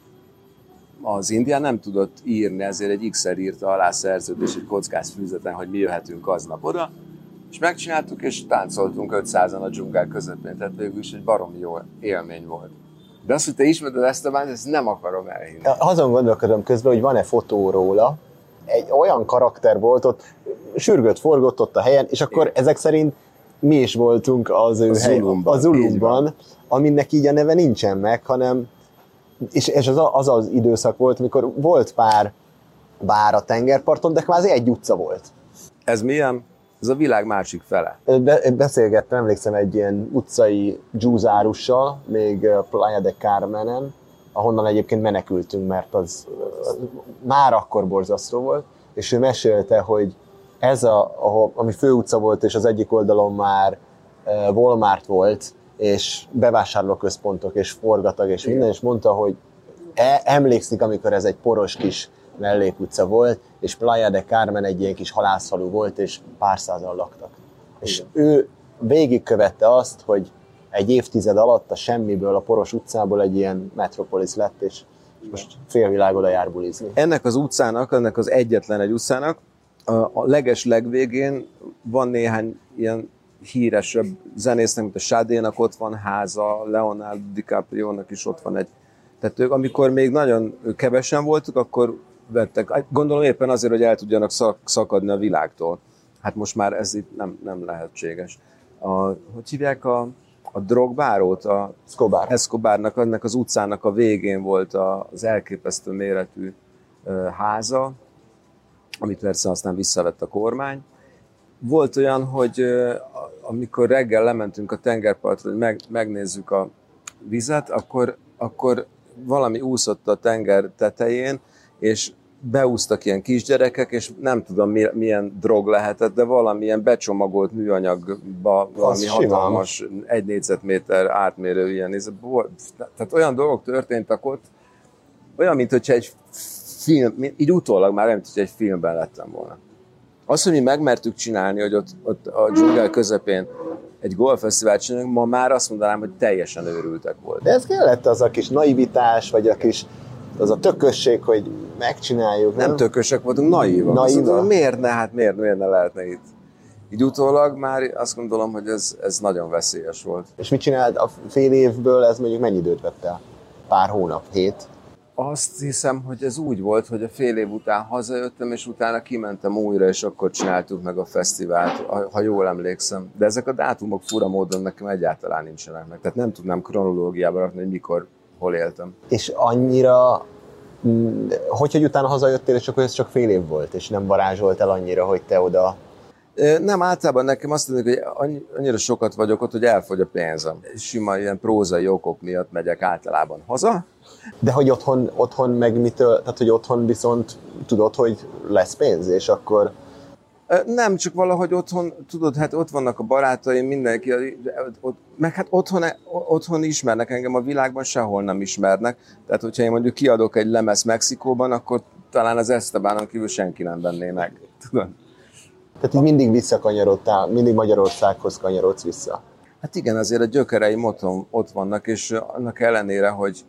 Speaker 4: az indián nem tudott írni, ezért egy X-szer írta alá szerződés egy kockás fűzeten, hogy mi jöhetünk aznap oda, és megcsináltuk, és táncoltunk ötszázan a dzsungel közepén, tehát végül is egy baromi jó élmény volt. De azt, hogy te ismered Estebant, ezt nem akarom elhinni.
Speaker 5: Azon gondolkodom közben, hogy van-e fotó róla. Egy olyan karakter volt ott, sürgött, forgott ott a helyen, és akkor én. ezek szerint mi is voltunk az ő helyen, a Zulumban, aminek így a neve nincsen meg, hanem, és, és az, az az időszak volt, amikor volt pár bár a tengerparton, de kvázi egy utca volt.
Speaker 4: Ez milyen? Ez a világ másik fele.
Speaker 5: Be, beszélgettem, emlékszem egy ilyen utcai dzsúzárussal, még Playa de Carmenen, ahonnan egyébként menekültünk, mert az, az már akkor borzasztó volt, és ő mesélte, hogy ez, a, ahol, ami főutca volt, és az egyik oldalon már uh, Walmart volt, és bevásárlóközpontok, és forgatag, és minden, és mondta, hogy e, emlékszik, amikor ez egy poros kis mellékutca volt, és Playa de Carmen egy ilyen kis halászfalu volt, és pár százan laktak. Igen. És ő végigkövette azt, hogy egy évtized alatt a semmiből, a poros utcából egy ilyen metropolis lett, és most félvilág oda jár bulizni.
Speaker 4: Ennek az utcának, ennek az egyetlen egy utcának a leges legvégén van néhány ilyen híresebb zenésznek, mint a Sade-nak ott van háza, Leonardo DiCaprio-nak is ott van egy. Tehát ők, amikor még nagyon kevesen voltak, akkor vettek, gondolom éppen azért, hogy el tudjanak szakadni a világtól. Hát most már ez itt nem, nem lehetséges. A, hogy hívják a, a drogbárót? A
Speaker 5: Escobar.
Speaker 4: Escobarnak, annak az utcának a végén volt az elképesztő méretű háza, amit persze aztán visszavett a kormány. Volt olyan, hogy amikor reggel lementünk a tengerpartra, hogy meg, megnézzük a vizet, akkor, akkor valami úszott a tenger tetején, és beúztak ilyen kisgyerekek, és nem tudom milyen drog lehetett, de valamilyen becsomagolt műanyagba valami az hatalmas, simán. egy négyzetméter átmérő ilyen. Tehát olyan dolgok történtek ott, olyan, mint hogyha egy film, így utólag már nem, mint hogy egy filmben lettem volna. Azt, hogy mi megmertük csinálni, hogy ott, ott a dzsungel közepén egy golffesztivált csinálunk, ma már azt mondanám, hogy teljesen őrültek volt.
Speaker 5: De ez kellett az a kis naivitás, vagy a kis, az a tökösség, hogy megcsináljuk.
Speaker 4: Nem, nem tökösek voltunk, naívak. Naíva? Miért ne, hát miért, miért ne lehetne itt? Így utólag már azt gondolom, hogy ez, ez nagyon veszélyes volt.
Speaker 5: És mit csinált a fél évből, ez mondjuk mennyi időt vett el? Pár hónap, hét?
Speaker 4: Azt hiszem, hogy ez úgy volt, hogy a fél év után hazajöttem, és utána kimentem újra, és akkor csináltuk meg a fesztivált, ha jól emlékszem. De ezek a dátumok fura módon nekem egyáltalán nincsenek meg. Tehát nem tudnám kronológiába rakni, hogy mikor, hol éltem.
Speaker 5: És annyira, hogy, hogy utána hazajöttél, és akkor ez csak fél év volt, és nem varázsolt el annyira, hogy te oda...
Speaker 4: Nem, általában nekem azt mondjuk, hogy annyira sokat vagyok ott, hogy elfogy a pénzem. Sima ilyen prózai okok miatt megyek általában haza.
Speaker 5: De hogy otthon, otthon meg mitől, tehát hogy otthon viszont tudod, hogy lesz pénz, és akkor...
Speaker 4: Nem, csak valahogy otthon, tudod, hát ott vannak a barátaim, mindenki, ott, meg hát otthon, otthon ismernek engem, a világban sehol nem ismernek. Tehát, hogyha én mondjuk kiadok egy lemez Mexikóban, akkor talán az Estebanon kívül senki nem venné meg, tudod.
Speaker 5: Tehát így mindig visszakanyarodtál, mindig Magyarországhoz kanyarodsz vissza.
Speaker 4: Hát igen, azért a gyökereim otthon, ott vannak, és annak ellenére, hogy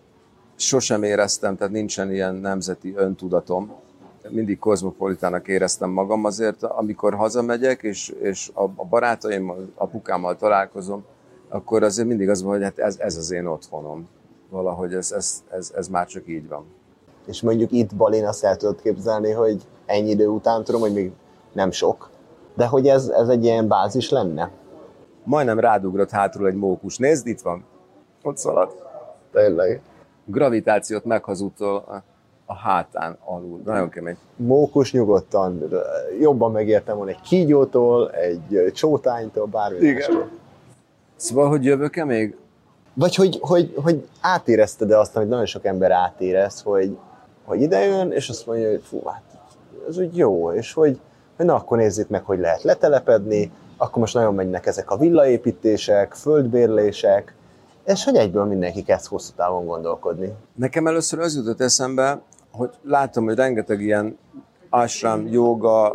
Speaker 4: sosem éreztem, tehát nincsen ilyen nemzeti öntudatom, mindig kozmopolitának éreztem magam, azért amikor hazamegyek, és, és a, a barátaimmal, apukámmal találkozom, akkor azért mindig az van, hogy hát ez, ez az én otthonom. Valahogy ez, ez, ez, ez már csak így van.
Speaker 5: És mondjuk itt Balin azt el tudod képzelni, hogy ennyi idő után, tudom, hogy még nem sok, de hogy ez, ez egy ilyen bázis lenne?
Speaker 4: Majdnem rádugrott hátul egy mókus. Nézd, itt van. Ott szalad.
Speaker 5: Tényleg.
Speaker 4: Gravitációt meghazudtól a, a hátán alul. Nagyon kemény.
Speaker 5: Mókus nyugodtan. Jobban megértem volna egy kígyótól, egy csótánytól, bármi mástól.
Speaker 4: Szóval, hogy jövök-e még?
Speaker 5: Vagy hogy, hogy, hogy átérezted-e azt, amit nagyon sok ember átérez, hogy, hogy idejön, és azt mondja, hogy fú, hát ez úgy jó, és hogy, hogy na, akkor nézzük meg, hogy lehet letelepedni, akkor most nagyon mennek ezek a villaépítések, földbérlések, és hogy egyből mindenki kezd hosszú távon gondolkodni.
Speaker 4: Nekem először az jutott eszembe, hogy látom, hogy rengeteg ilyen ashram, joga,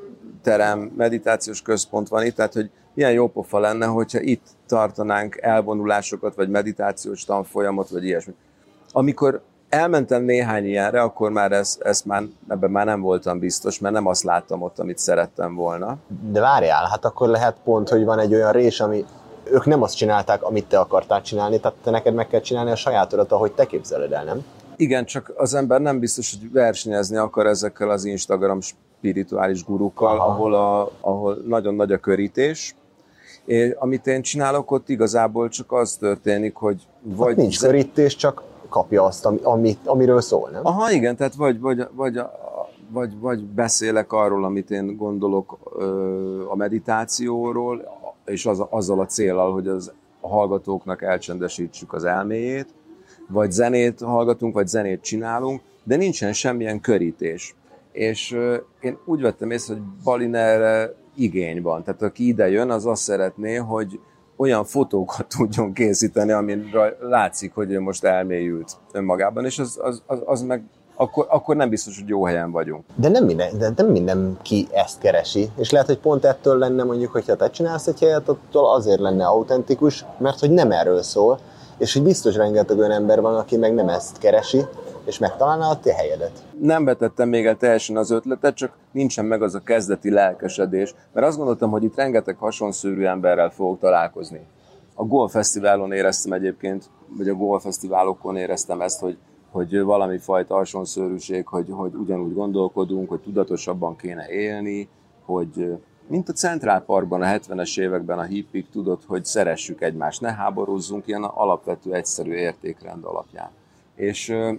Speaker 4: terem, meditációs központ van itt, tehát hogy milyen jó pofa lenne, hogyha itt tartanánk elvonulásokat, vagy meditációs tanfolyamot, vagy ilyesmit. Amikor elmentem néhány ilyenre, akkor már ez, ez már, ebben már nem voltam biztos, mert nem azt láttam ott, amit szerettem volna.
Speaker 5: De várjál, hát akkor lehet pont, hogy van egy olyan rés, ami ők nem azt csinálták, amit te akartál csinálni, tehát te neked meg kell csinálni a sajátodat, ahogy te képzeled el, nem?
Speaker 4: Igen, csak az ember nem biztos, hogy versenyezni akar ezekkel az Instagram spirituális gurukkal, ahol, a, ahol nagyon nagy a körítés. És amit én csinálok, ott igazából csak az történik, hogy vagy...
Speaker 5: Hát nincs körítés, csak kapja azt, amit, amiről szól, nem?
Speaker 4: Aha, igen, tehát vagy, vagy, vagy, vagy, vagy beszélek arról, amit én gondolok a meditációról, és az, azzal a céllal, hogy az, a hallgatóknak elcsendesítsük az elméjét, vagy zenét hallgatunk, vagy zenét csinálunk, de nincsen semmilyen körítés. És én úgy vettem észre, hogy Balin erre igény van. Tehát aki ide jön, az azt szeretné, hogy olyan fotókat tudjon készíteni, amire látszik, hogy ő most elmélyült önmagában, és az, az, az, az meg akkor, akkor nem biztos, hogy jó helyen vagyunk.
Speaker 5: De nem, minden, de nem mindenki ezt keresi, és lehet, hogy pont ettől lenne mondjuk, hogyha te csinálsz egy helyet, attól azért lenne autentikus, mert hogy nem erről szól, és hogy biztos rengeteg olyan ember van, aki meg nem ezt keresi, és megtalálná a te helyedet.
Speaker 4: Nem vetettem még el teljesen az ötletet, csak nincsen meg az a kezdeti lelkesedés, mert azt gondoltam, hogy itt rengeteg hasonszőrű emberrel fogok találkozni. A Golf Fesztiválon éreztem egyébként, vagy a Golf Fesztiválokon éreztem ezt, hogy, hogy valami fajta hasonszőrűség, hogy, hogy ugyanúgy gondolkodunk, hogy tudatosabban kéne élni, hogy mint a Central Parkban a hetvenes években a hippik, tudod, hogy szeressük egymást, ne háborúzzunk, ilyen alapvető egyszerű értékrend alapján. És uh,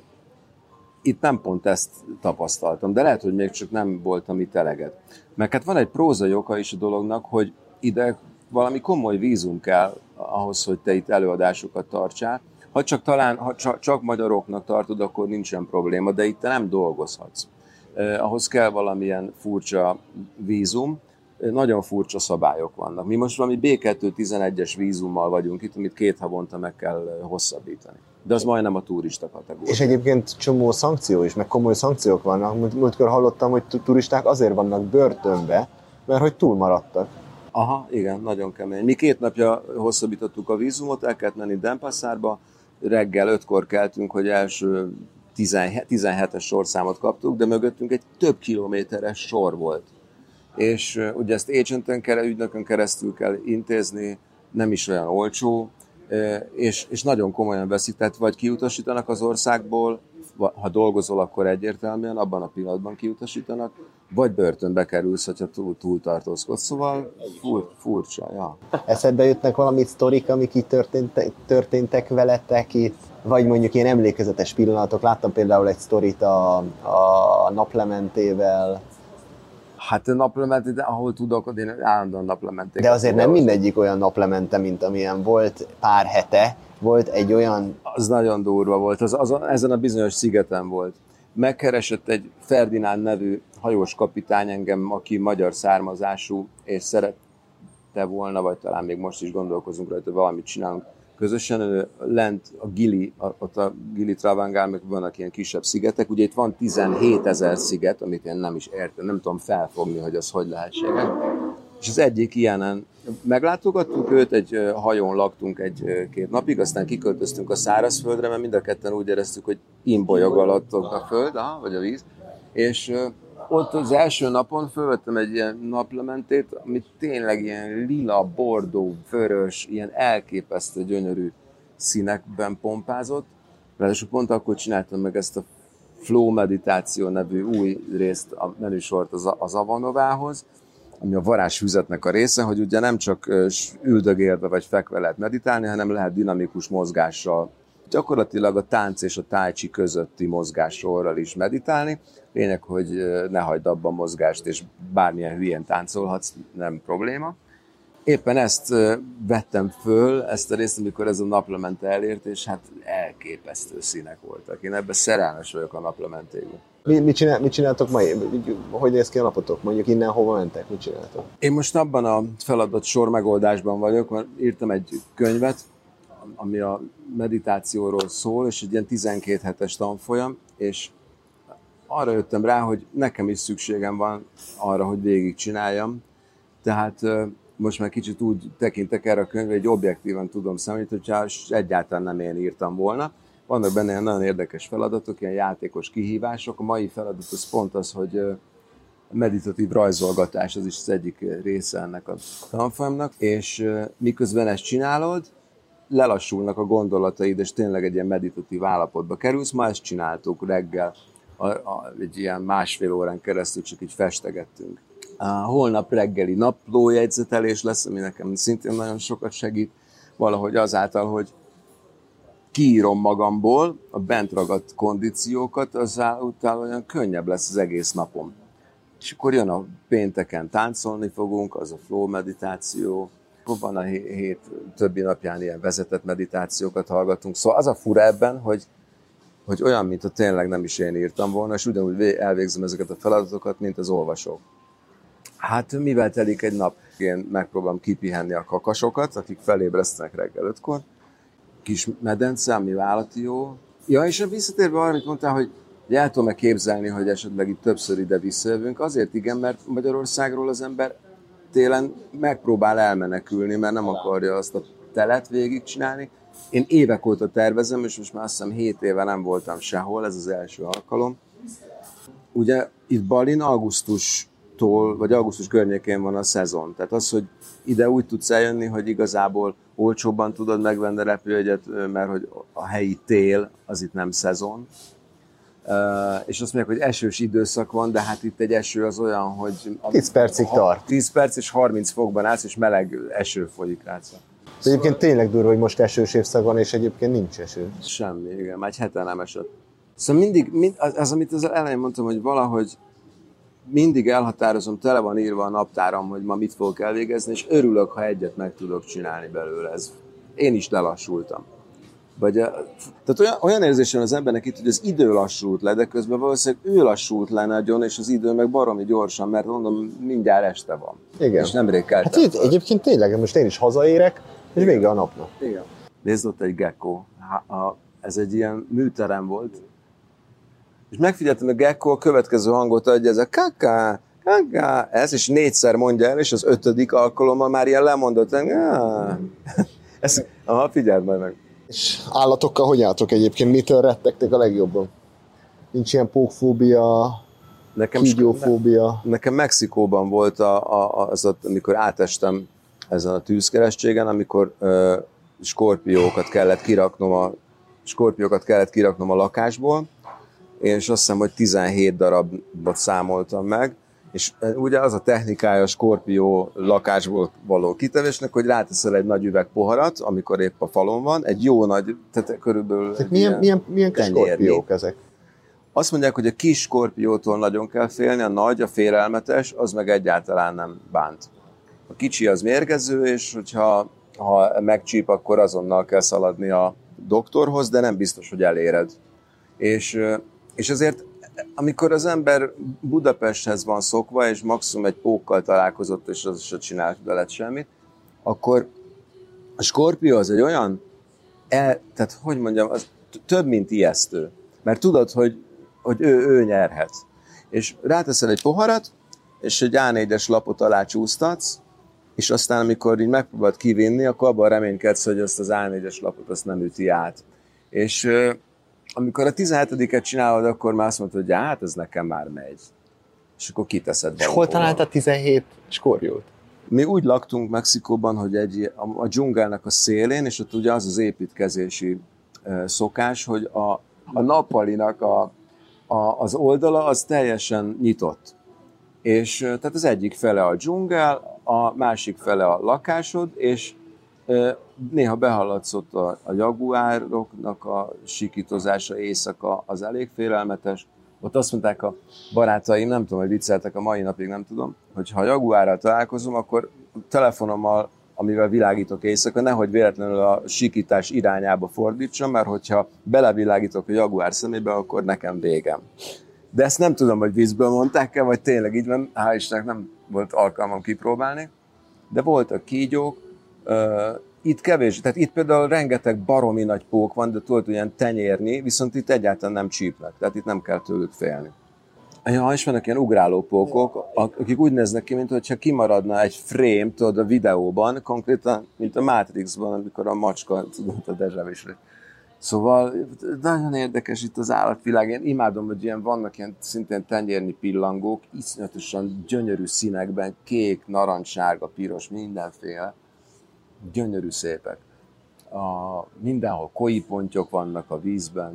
Speaker 4: itt nem pont ezt tapasztaltam, de lehet, hogy még csak nem voltam itt eleget. Mert hát van egy prózai oka is a dolognak, hogy ide valami komoly vízum kell ahhoz, hogy te itt előadásokat tartsál. Ha csak talán, ha csak, csak magyaroknak tartod, akkor nincsen probléma, de itt te nem dolgozhatsz. Eh, ahhoz kell valamilyen furcsa vízum, eh, nagyon furcsa szabályok vannak. Mi most valami bé kettő tizenegyes vízummal vagyunk itt, amit két havonta meg kell hosszabbítani. De az majdnem a turista kategória.
Speaker 5: És egyébként csomó szankció is, meg komoly szankciók vannak. Múltkor hallottam, hogy turisták azért vannak börtönbe, mert hogy túlmaradtak.
Speaker 4: Aha, igen, nagyon kemény. Mi két napja hosszabbítottuk a vízumot, el kellett menni Denpasarba, reggel ötkor keltünk, hogy első tizenhetes sorszámot kaptuk, de mögöttünk egy több kilométeres sor volt. És uh, ugye ezt agenten, ügynökön keresztül kell intézni, nem is olyan olcsó, És, és nagyon komolyan veszik, tehát vagy kiutasítanak az országból, ha dolgozol, akkor egyértelműen abban a pillanatban kiutasítanak, vagy börtönbe kerülsz, hogyha túl, túl tartózkodsz. Szóval fur, furcsa, ja.
Speaker 5: Eszedbe jutnak valami sztorik, amik így történtek, történtek veletek itt? Vagy mondjuk ilyen emlékezetes pillanatok. Láttam például egy sztorit a, a naplementével.
Speaker 4: Hát a naplemente, de ahol tudok, én állandóan naplementék.
Speaker 5: De azért nem mindegyik olyan naplemente, mint amilyen volt pár hete, volt egy olyan...
Speaker 4: Az nagyon durva volt, az, az, ezen a bizonyos szigeten volt. Megkeresett egy Ferdinánd nevű hajós kapitány engem, aki magyar származású, és szerette volna, vagy talán még most is gondolkozunk rajta, valamit csinálunk közösen. Ő lent a Gili, a, ott a Gili Travangál, meg vannak ilyen kisebb szigetek. Ugye itt van tizenhétezer sziget, amit én nem is értem, nem tudom felfogni, hogy az hogy lehetséges. És az egyik ilyenen meglátogattuk őt, egy hajón laktunk egy-két napig, aztán kiköltöztünk a szárazföldre, mert mind a ketten úgy éreztük, hogy imbolyog alattok a föld, aha, vagy a víz. És ott az első napon fölvettem egy ilyen naplementét, ami tényleg ilyen lila, bordó, vörös, ilyen elképesztő gyönyörű színekben pompázott. Ráadásul pont akkor csináltam meg ezt a Flow Meditáció nevű új részt, a menüsort az Avanovához, ami a varázsfüzetnek a része, hogy ugye nem csak üldögélve vagy fekve lehet meditálni, hanem lehet dinamikus mozgással, gyakorlatilag a tánc és a tai chi közötti mozgássorral is meditálni. Lényeg, hogy ne hagyd abba a mozgást, és bármilyen hülyén táncolhatsz, nem probléma. Éppen ezt vettem föl, ezt a részt, amikor ez a naplemente elért, és hát elképesztő színek voltak. Én ebben szerelmes vagyok a naplementékben.
Speaker 5: Mi, mit, csinál, mit csináltok ma? Hogy néz ki a napotok? Mondjuk innen hova mentek? Mit csináltok?
Speaker 4: Én most abban a feladat sor megoldásban vagyok, mert írtam egy könyvet, ami a meditációról szól, és egy ilyen tizenkét hetes tanfolyam, és arra jöttem rá, hogy nekem is szükségem van arra, hogy végigcsináljam. Tehát most már kicsit úgy tekintek erre a könyvre, hogy objektíven tudom számítani, hogyha egyáltalán nem én írtam volna. Vannak benne ilyen nagyon érdekes feladatok, ilyen játékos kihívások. A mai feladat az pont az, hogy meditatív rajzolgatás, az is az egyik része ennek a tanfolyamnak, és miközben ezt csinálod, lelassulnak a gondolataid, és tényleg egy ilyen meditatív állapotba kerülsz. Ma ezt csináltuk reggel, a, a, egy ilyen másfél órán keresztül csak így festegettünk. A holnap reggeli naplójegyzetelés lesz, ami nekem szintén nagyon sokat segít, valahogy azáltal, hogy kiírom magamból a bent ragadt kondíciókat, azáltal olyan könnyebb lesz az egész napom. És akkor jön a pénteken táncolni fogunk, az a flow meditáció, van a hét többi napján ilyen vezetett meditációkat hallgatunk. Szóval az a fura ebben, hogy, hogy olyan, mint ha tényleg nem is én írtam volna, és ugyanúgy elvégzem ezeket a feladatokat, mint az olvasók. Hát mivel telik egy nap? Én megpróbálom kipihenni a kakasokat, akik felébresztenek reggel ötkor. Kis medence, ami állati jó. Ja, és visszatérve arra, amit mondtál, hogy el tudom-e képzelni, hogy esetleg itt többször ide visszajövünk. Azért igen, mert Magyarországról az ember télen megpróbál elmenekülni, mert nem akarja azt a telet végigcsinálni. Én évek óta tervezem, és most már azt hiszem hét éve nem voltam sehol, ez az első alkalom. Ugye itt Balin augusztustól, vagy augusztus környékén van a szezon. Tehát az, hogy ide úgy tudsz eljönni, hogy igazából olcsóbban tudod megvenni a repülőjegyet, mert hogy a helyi tél az itt nem szezon. Uh, és azt mondják, hogy esős időszak van, de hát itt egy eső az olyan, hogy
Speaker 5: tíz percig tart.
Speaker 4: tíz perc és harminc fokban állsz, és meleg eső folyik rá.
Speaker 5: Egyébként tényleg durva, hogy most esős évszak van, és egyébként nincs eső.
Speaker 4: Semmi, igen, már egy hete nem esett. Szóval mindig, mind, az, az, amit az elején mondtam, hogy valahogy mindig elhatározom, tele van írva a naptáram, hogy ma mit fogok elvégezni, és örülök, ha egyet meg tudok csinálni belőle. Ez. Én is lelassultam. Vagy, tehát olyan, olyan érzésen az embernek itt, hogy az idő lassult le, de közben valószínűleg ő lassult le nagyon, és az idő meg baromi gyorsan, mert mondom, mindjárt este van.
Speaker 5: Igen.
Speaker 4: És nemrég keltem.
Speaker 5: Hát egyébként tényleg, most én is hazaérek, és vége a napnak.
Speaker 4: Igen. Nézd, ott egy gecko. Ez egy ilyen műterem volt. És megfigyeltem, hogy a gecko a következő hangot adja, ez a kaká, kaká, ez, és négyszer mondja el, és az ötödik alkalommal már ilyen lemondott. Ez, aha, figyeld majd meg.
Speaker 5: És állatokkal hogy álltok egyébként? Mitől rettegtek a legjobban? Nincs ilyen pókfóbia, kígyófóbia?
Speaker 4: Nekem Mexikóban volt, a, a, az, a, amikor átestem ezen a tűzkeresztségen, amikor ö, skorpiókat kellett kiraknom a skorpiókat kellett kiraknom a lakásból, és azt hiszem, hogy tizenhét darabot számoltam meg, és ugye az a technikája a skorpió lakásból való kitevésnek, hogy ráteszel egy nagy üveg poharat, amikor épp a falon van, egy jó nagy, tehát körülbelül...
Speaker 5: Tehát milyen, milyen, milyen kis skorpiók ezek?
Speaker 4: Azt mondják, hogy a kis skorpiótól nagyon kell félni, a nagy, a félelmetes, az meg egyáltalán nem bánt. A kicsi az mérgező, és hogyha ha megcsíp, akkor azonnal kell szaladni a doktorhoz, de nem biztos, hogy eléred. És, és azért, amikor az ember Budapesthez van szokva, és maximum egy pókkal találkozott, és az se csinált vele semmit, akkor a skorpió az egy olyan, el, tehát hogy mondjam, az több, mint ijesztő. Mert tudod, hogy, hogy ő, ő nyerhet. És ráteszel egy poharat, és egy á négyes lapot alá csúsztatsz, és aztán, amikor így megpróbálod kivinni, akkor abban reménykedsz, hogy azt az á négyes lapot azt nem üti át. És euh, amikor a tizenhetediket csinálod, akkor már azt mondod, hogy hát ez nekem már megy. És akkor kiteszed
Speaker 5: És hol találtad tizenhét skorpiót?
Speaker 4: Mi úgy laktunk Mexikóban, hogy egy, a, a dzsungelnek a szélén, és ott ugye az az építkezési uh, szokás, hogy a, a nappalinak a, a, az oldala az teljesen nyitott. És uh, tehát az egyik fele a dzsungel, a másik fele a lakásod, és uh, néha behallatszott a, a jaguároknak a sikítozása éjszaka, az elég félelmetes. Ott azt mondták a barátaim, nem tudom, hogy vicceltek, a mai napig nem tudom, hogy ha a jaguárral találkozom, akkor telefonommal, amivel világítok éjszaka, nehogy véletlenül a sikítás irányába fordítsam, mert hogyha belevilágítok a jaguár szemébe, akkor nekem végem. De ezt nem tudom, hogy vízből mondták-e, vagy tényleg így van, hál' Istennek nem volt alkalmam kipróbálni, de voltak kígyók, itt kevés, tehát itt például rengeteg baromi nagy pók van, de tudod ilyen tenyérni, viszont itt egyáltalán nem csípnek, tehát itt nem kell tőlük félni. Ja, és vannak ilyen ugráló pókok, akik úgy néznek ki, mintha kimaradna egy frame, tudod, a videóban, konkrétan, mint a Matrixban, amikor a macska, tudod, a dezsevésre. Szóval nagyon érdekes itt az állatvilág. Én imádom, hogy ilyen vannak ilyen szintén tenyérni pillangók, iszonyatosan gyönyörű színekben, kék, narancssárga, piros, mindenféle. Gyönyörű szépek. A, mindenhol koi-pontyok vannak a vízben.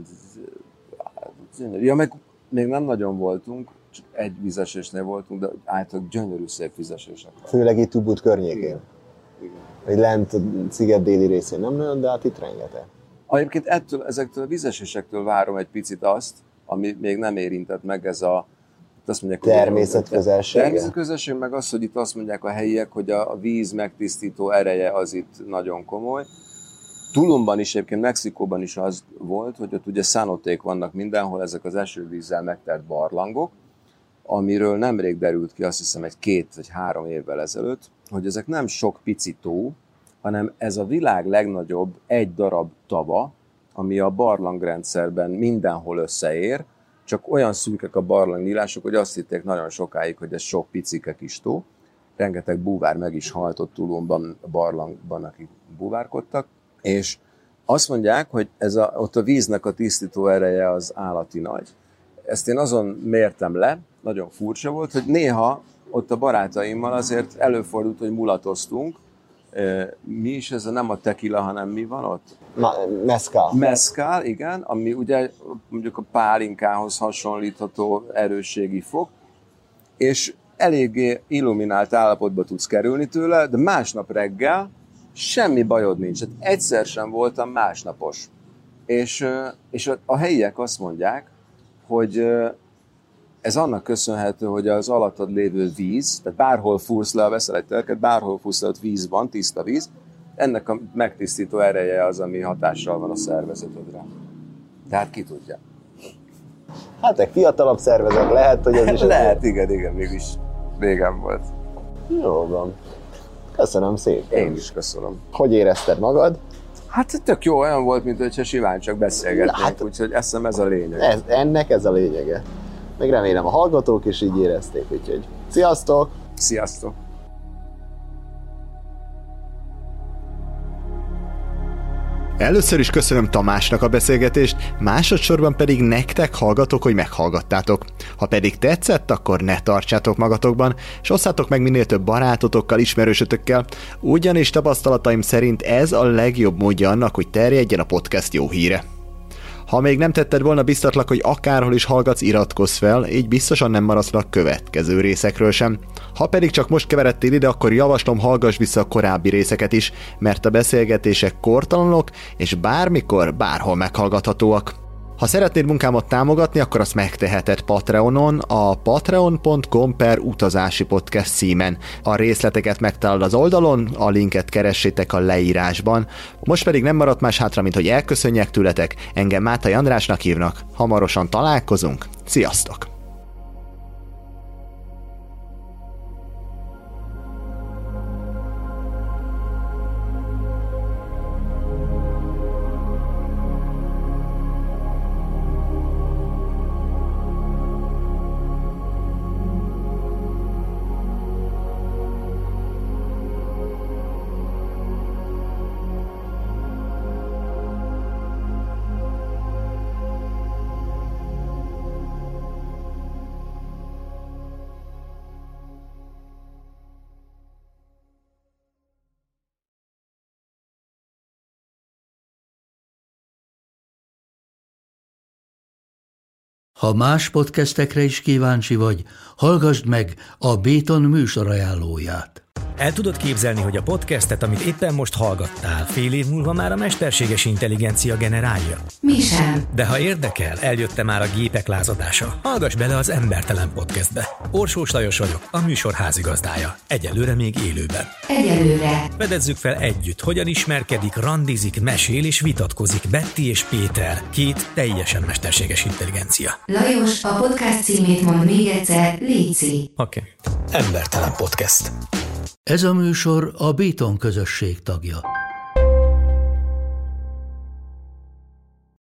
Speaker 4: Ja, meg még nem nagyon voltunk, csak egy vízesésnél voltunk, de általában gyönyörű szép vízesések.
Speaker 5: Főleg itt Ubud környékén. Vagy lent a sziget déli részén nem nagyon, de hát itt rengeteg.
Speaker 4: Egyébként ettől, ezektől a vízesésektől várom egy picit azt, ami még nem érintett meg, ez a azt mondják,
Speaker 5: természetközelsége.
Speaker 4: Természetközelség, meg az, hogy itt azt mondják a helyiek, hogy a víz megtisztító ereje az itt nagyon komoly. Tulumban is, egyébként Mexikóban is az volt, hogy ott ugye szánoték vannak mindenhol, ezek az esővízzel megtelt barlangok, amiről nemrég derült ki, azt hiszem egy két vagy három évvel ezelőtt, hogy ezek nem sok pici tó, hanem ez a világ legnagyobb egy darab tava, ami a barlangrendszerben mindenhol összeér, csak olyan szűkek a barlangnyílások, hogy azt hitték nagyon sokáig, hogy ez sok picike kis tó. Rengeteg búvár meg is halt ott Tulumban, a barlangban, akik búvárkodtak. És azt mondják, hogy ez a, ott a víznek a tisztító ereje az állati nagy. Ezt én azon mértem le, nagyon furcsa volt, hogy néha ott a barátaimmal azért előfordult, hogy mulatoztunk. Mi is ez a, nem a tequila, hanem mi van ott?
Speaker 5: Na, mezcal.
Speaker 4: Mezcal, igen, ami ugye mondjuk a pálinkához hasonlítható erősségi fok, és eléggé illuminált állapotba tudsz kerülni tőle, de másnap reggel semmi bajod nincs. Hát egyszer sem voltam másnapos. És, és a helyiek azt mondják, hogy ez annak köszönhető, hogy az alattad lévő víz, tehát bárhol fúrsz le, veszel egy terket, bárhol fúrsz le, ott víz van, tiszta víz, ennek a megtisztító ereje az, ami hatással van a szervezetedre. Tehát ki tudja.
Speaker 5: Hát egy fiatalabb szervezet lehet, hogy ez is...
Speaker 4: lehet, igen, igen, mégis régen volt.
Speaker 5: Jó van. Köszönöm szépen.
Speaker 4: Én is köszönöm.
Speaker 5: Hogy érezted magad?
Speaker 4: Hát tök jó, olyan volt, mint hogyha simán csak beszélgetnénk, hát, úgyhogy azt hiszem ez a lényeg.
Speaker 5: Ez, ennek ez a lényege. Meg remélem a hallgatók is így érezték, úgyhogy sziasztok!
Speaker 4: Sziasztok!
Speaker 3: Először is köszönöm Tamásnak a beszélgetést, másodszorban pedig nektek, hallgatók, hogy meghallgattátok. Ha pedig tetszett, akkor ne tartsátok magatokban, és osszátok meg minél több barátotokkal, ismerősötökkel, ugyanis tapasztalataim szerint ez a legjobb módja annak, hogy terjedjen a podcast jó híre. Ha még nem tetted volna, biztatlak, hogy akárhol is hallgatsz, iratkozz fel, így biztosan nem maradsz a következő részekről sem. Ha pedig csak most keveredtél ide, akkor javaslom, hallgass vissza a korábbi részeket is, mert a beszélgetések kortalanok, és bármikor, bárhol meghallgathatóak. Ha szeretnéd munkámat támogatni, akkor azt megteheted Patreonon, a patreon pont com per utazási podcast címen. A részleteket megtalálod az oldalon, a linket keressétek a leírásban. Most pedig nem maradt más hátra, mint hogy elköszönjek tőletek. Engem Mátai Andrásnak hívnak. Hamarosan találkozunk. Sziasztok!
Speaker 1: Ha más podcastekre is kíváncsi vagy, hallgassd meg a Béton műsor ajánlóját.
Speaker 6: El tudod képzelni, hogy a podcastet, amit éppen most hallgattál, fél év múlva már a mesterséges intelligencia generálja?
Speaker 7: Mi sem.
Speaker 6: De ha érdekel, eljött már a gépek lázadása. Hallgass bele az Embertelen Podcastbe. Orsós Lajos vagyok, a műsor házigazdája. Egyelőre még élőben.
Speaker 7: Egyelőre.
Speaker 6: Fedezzük fel együtt, hogyan ismerkedik, randizik, mesél és vitatkozik Betty és Péter, két teljesen mesterséges intelligencia.
Speaker 7: Lajos, a podcast címét mond még egyszer, léci.
Speaker 6: Oké. Okay. Embertelen Podcast.
Speaker 1: Ez a műsor a Béton közösség tagja.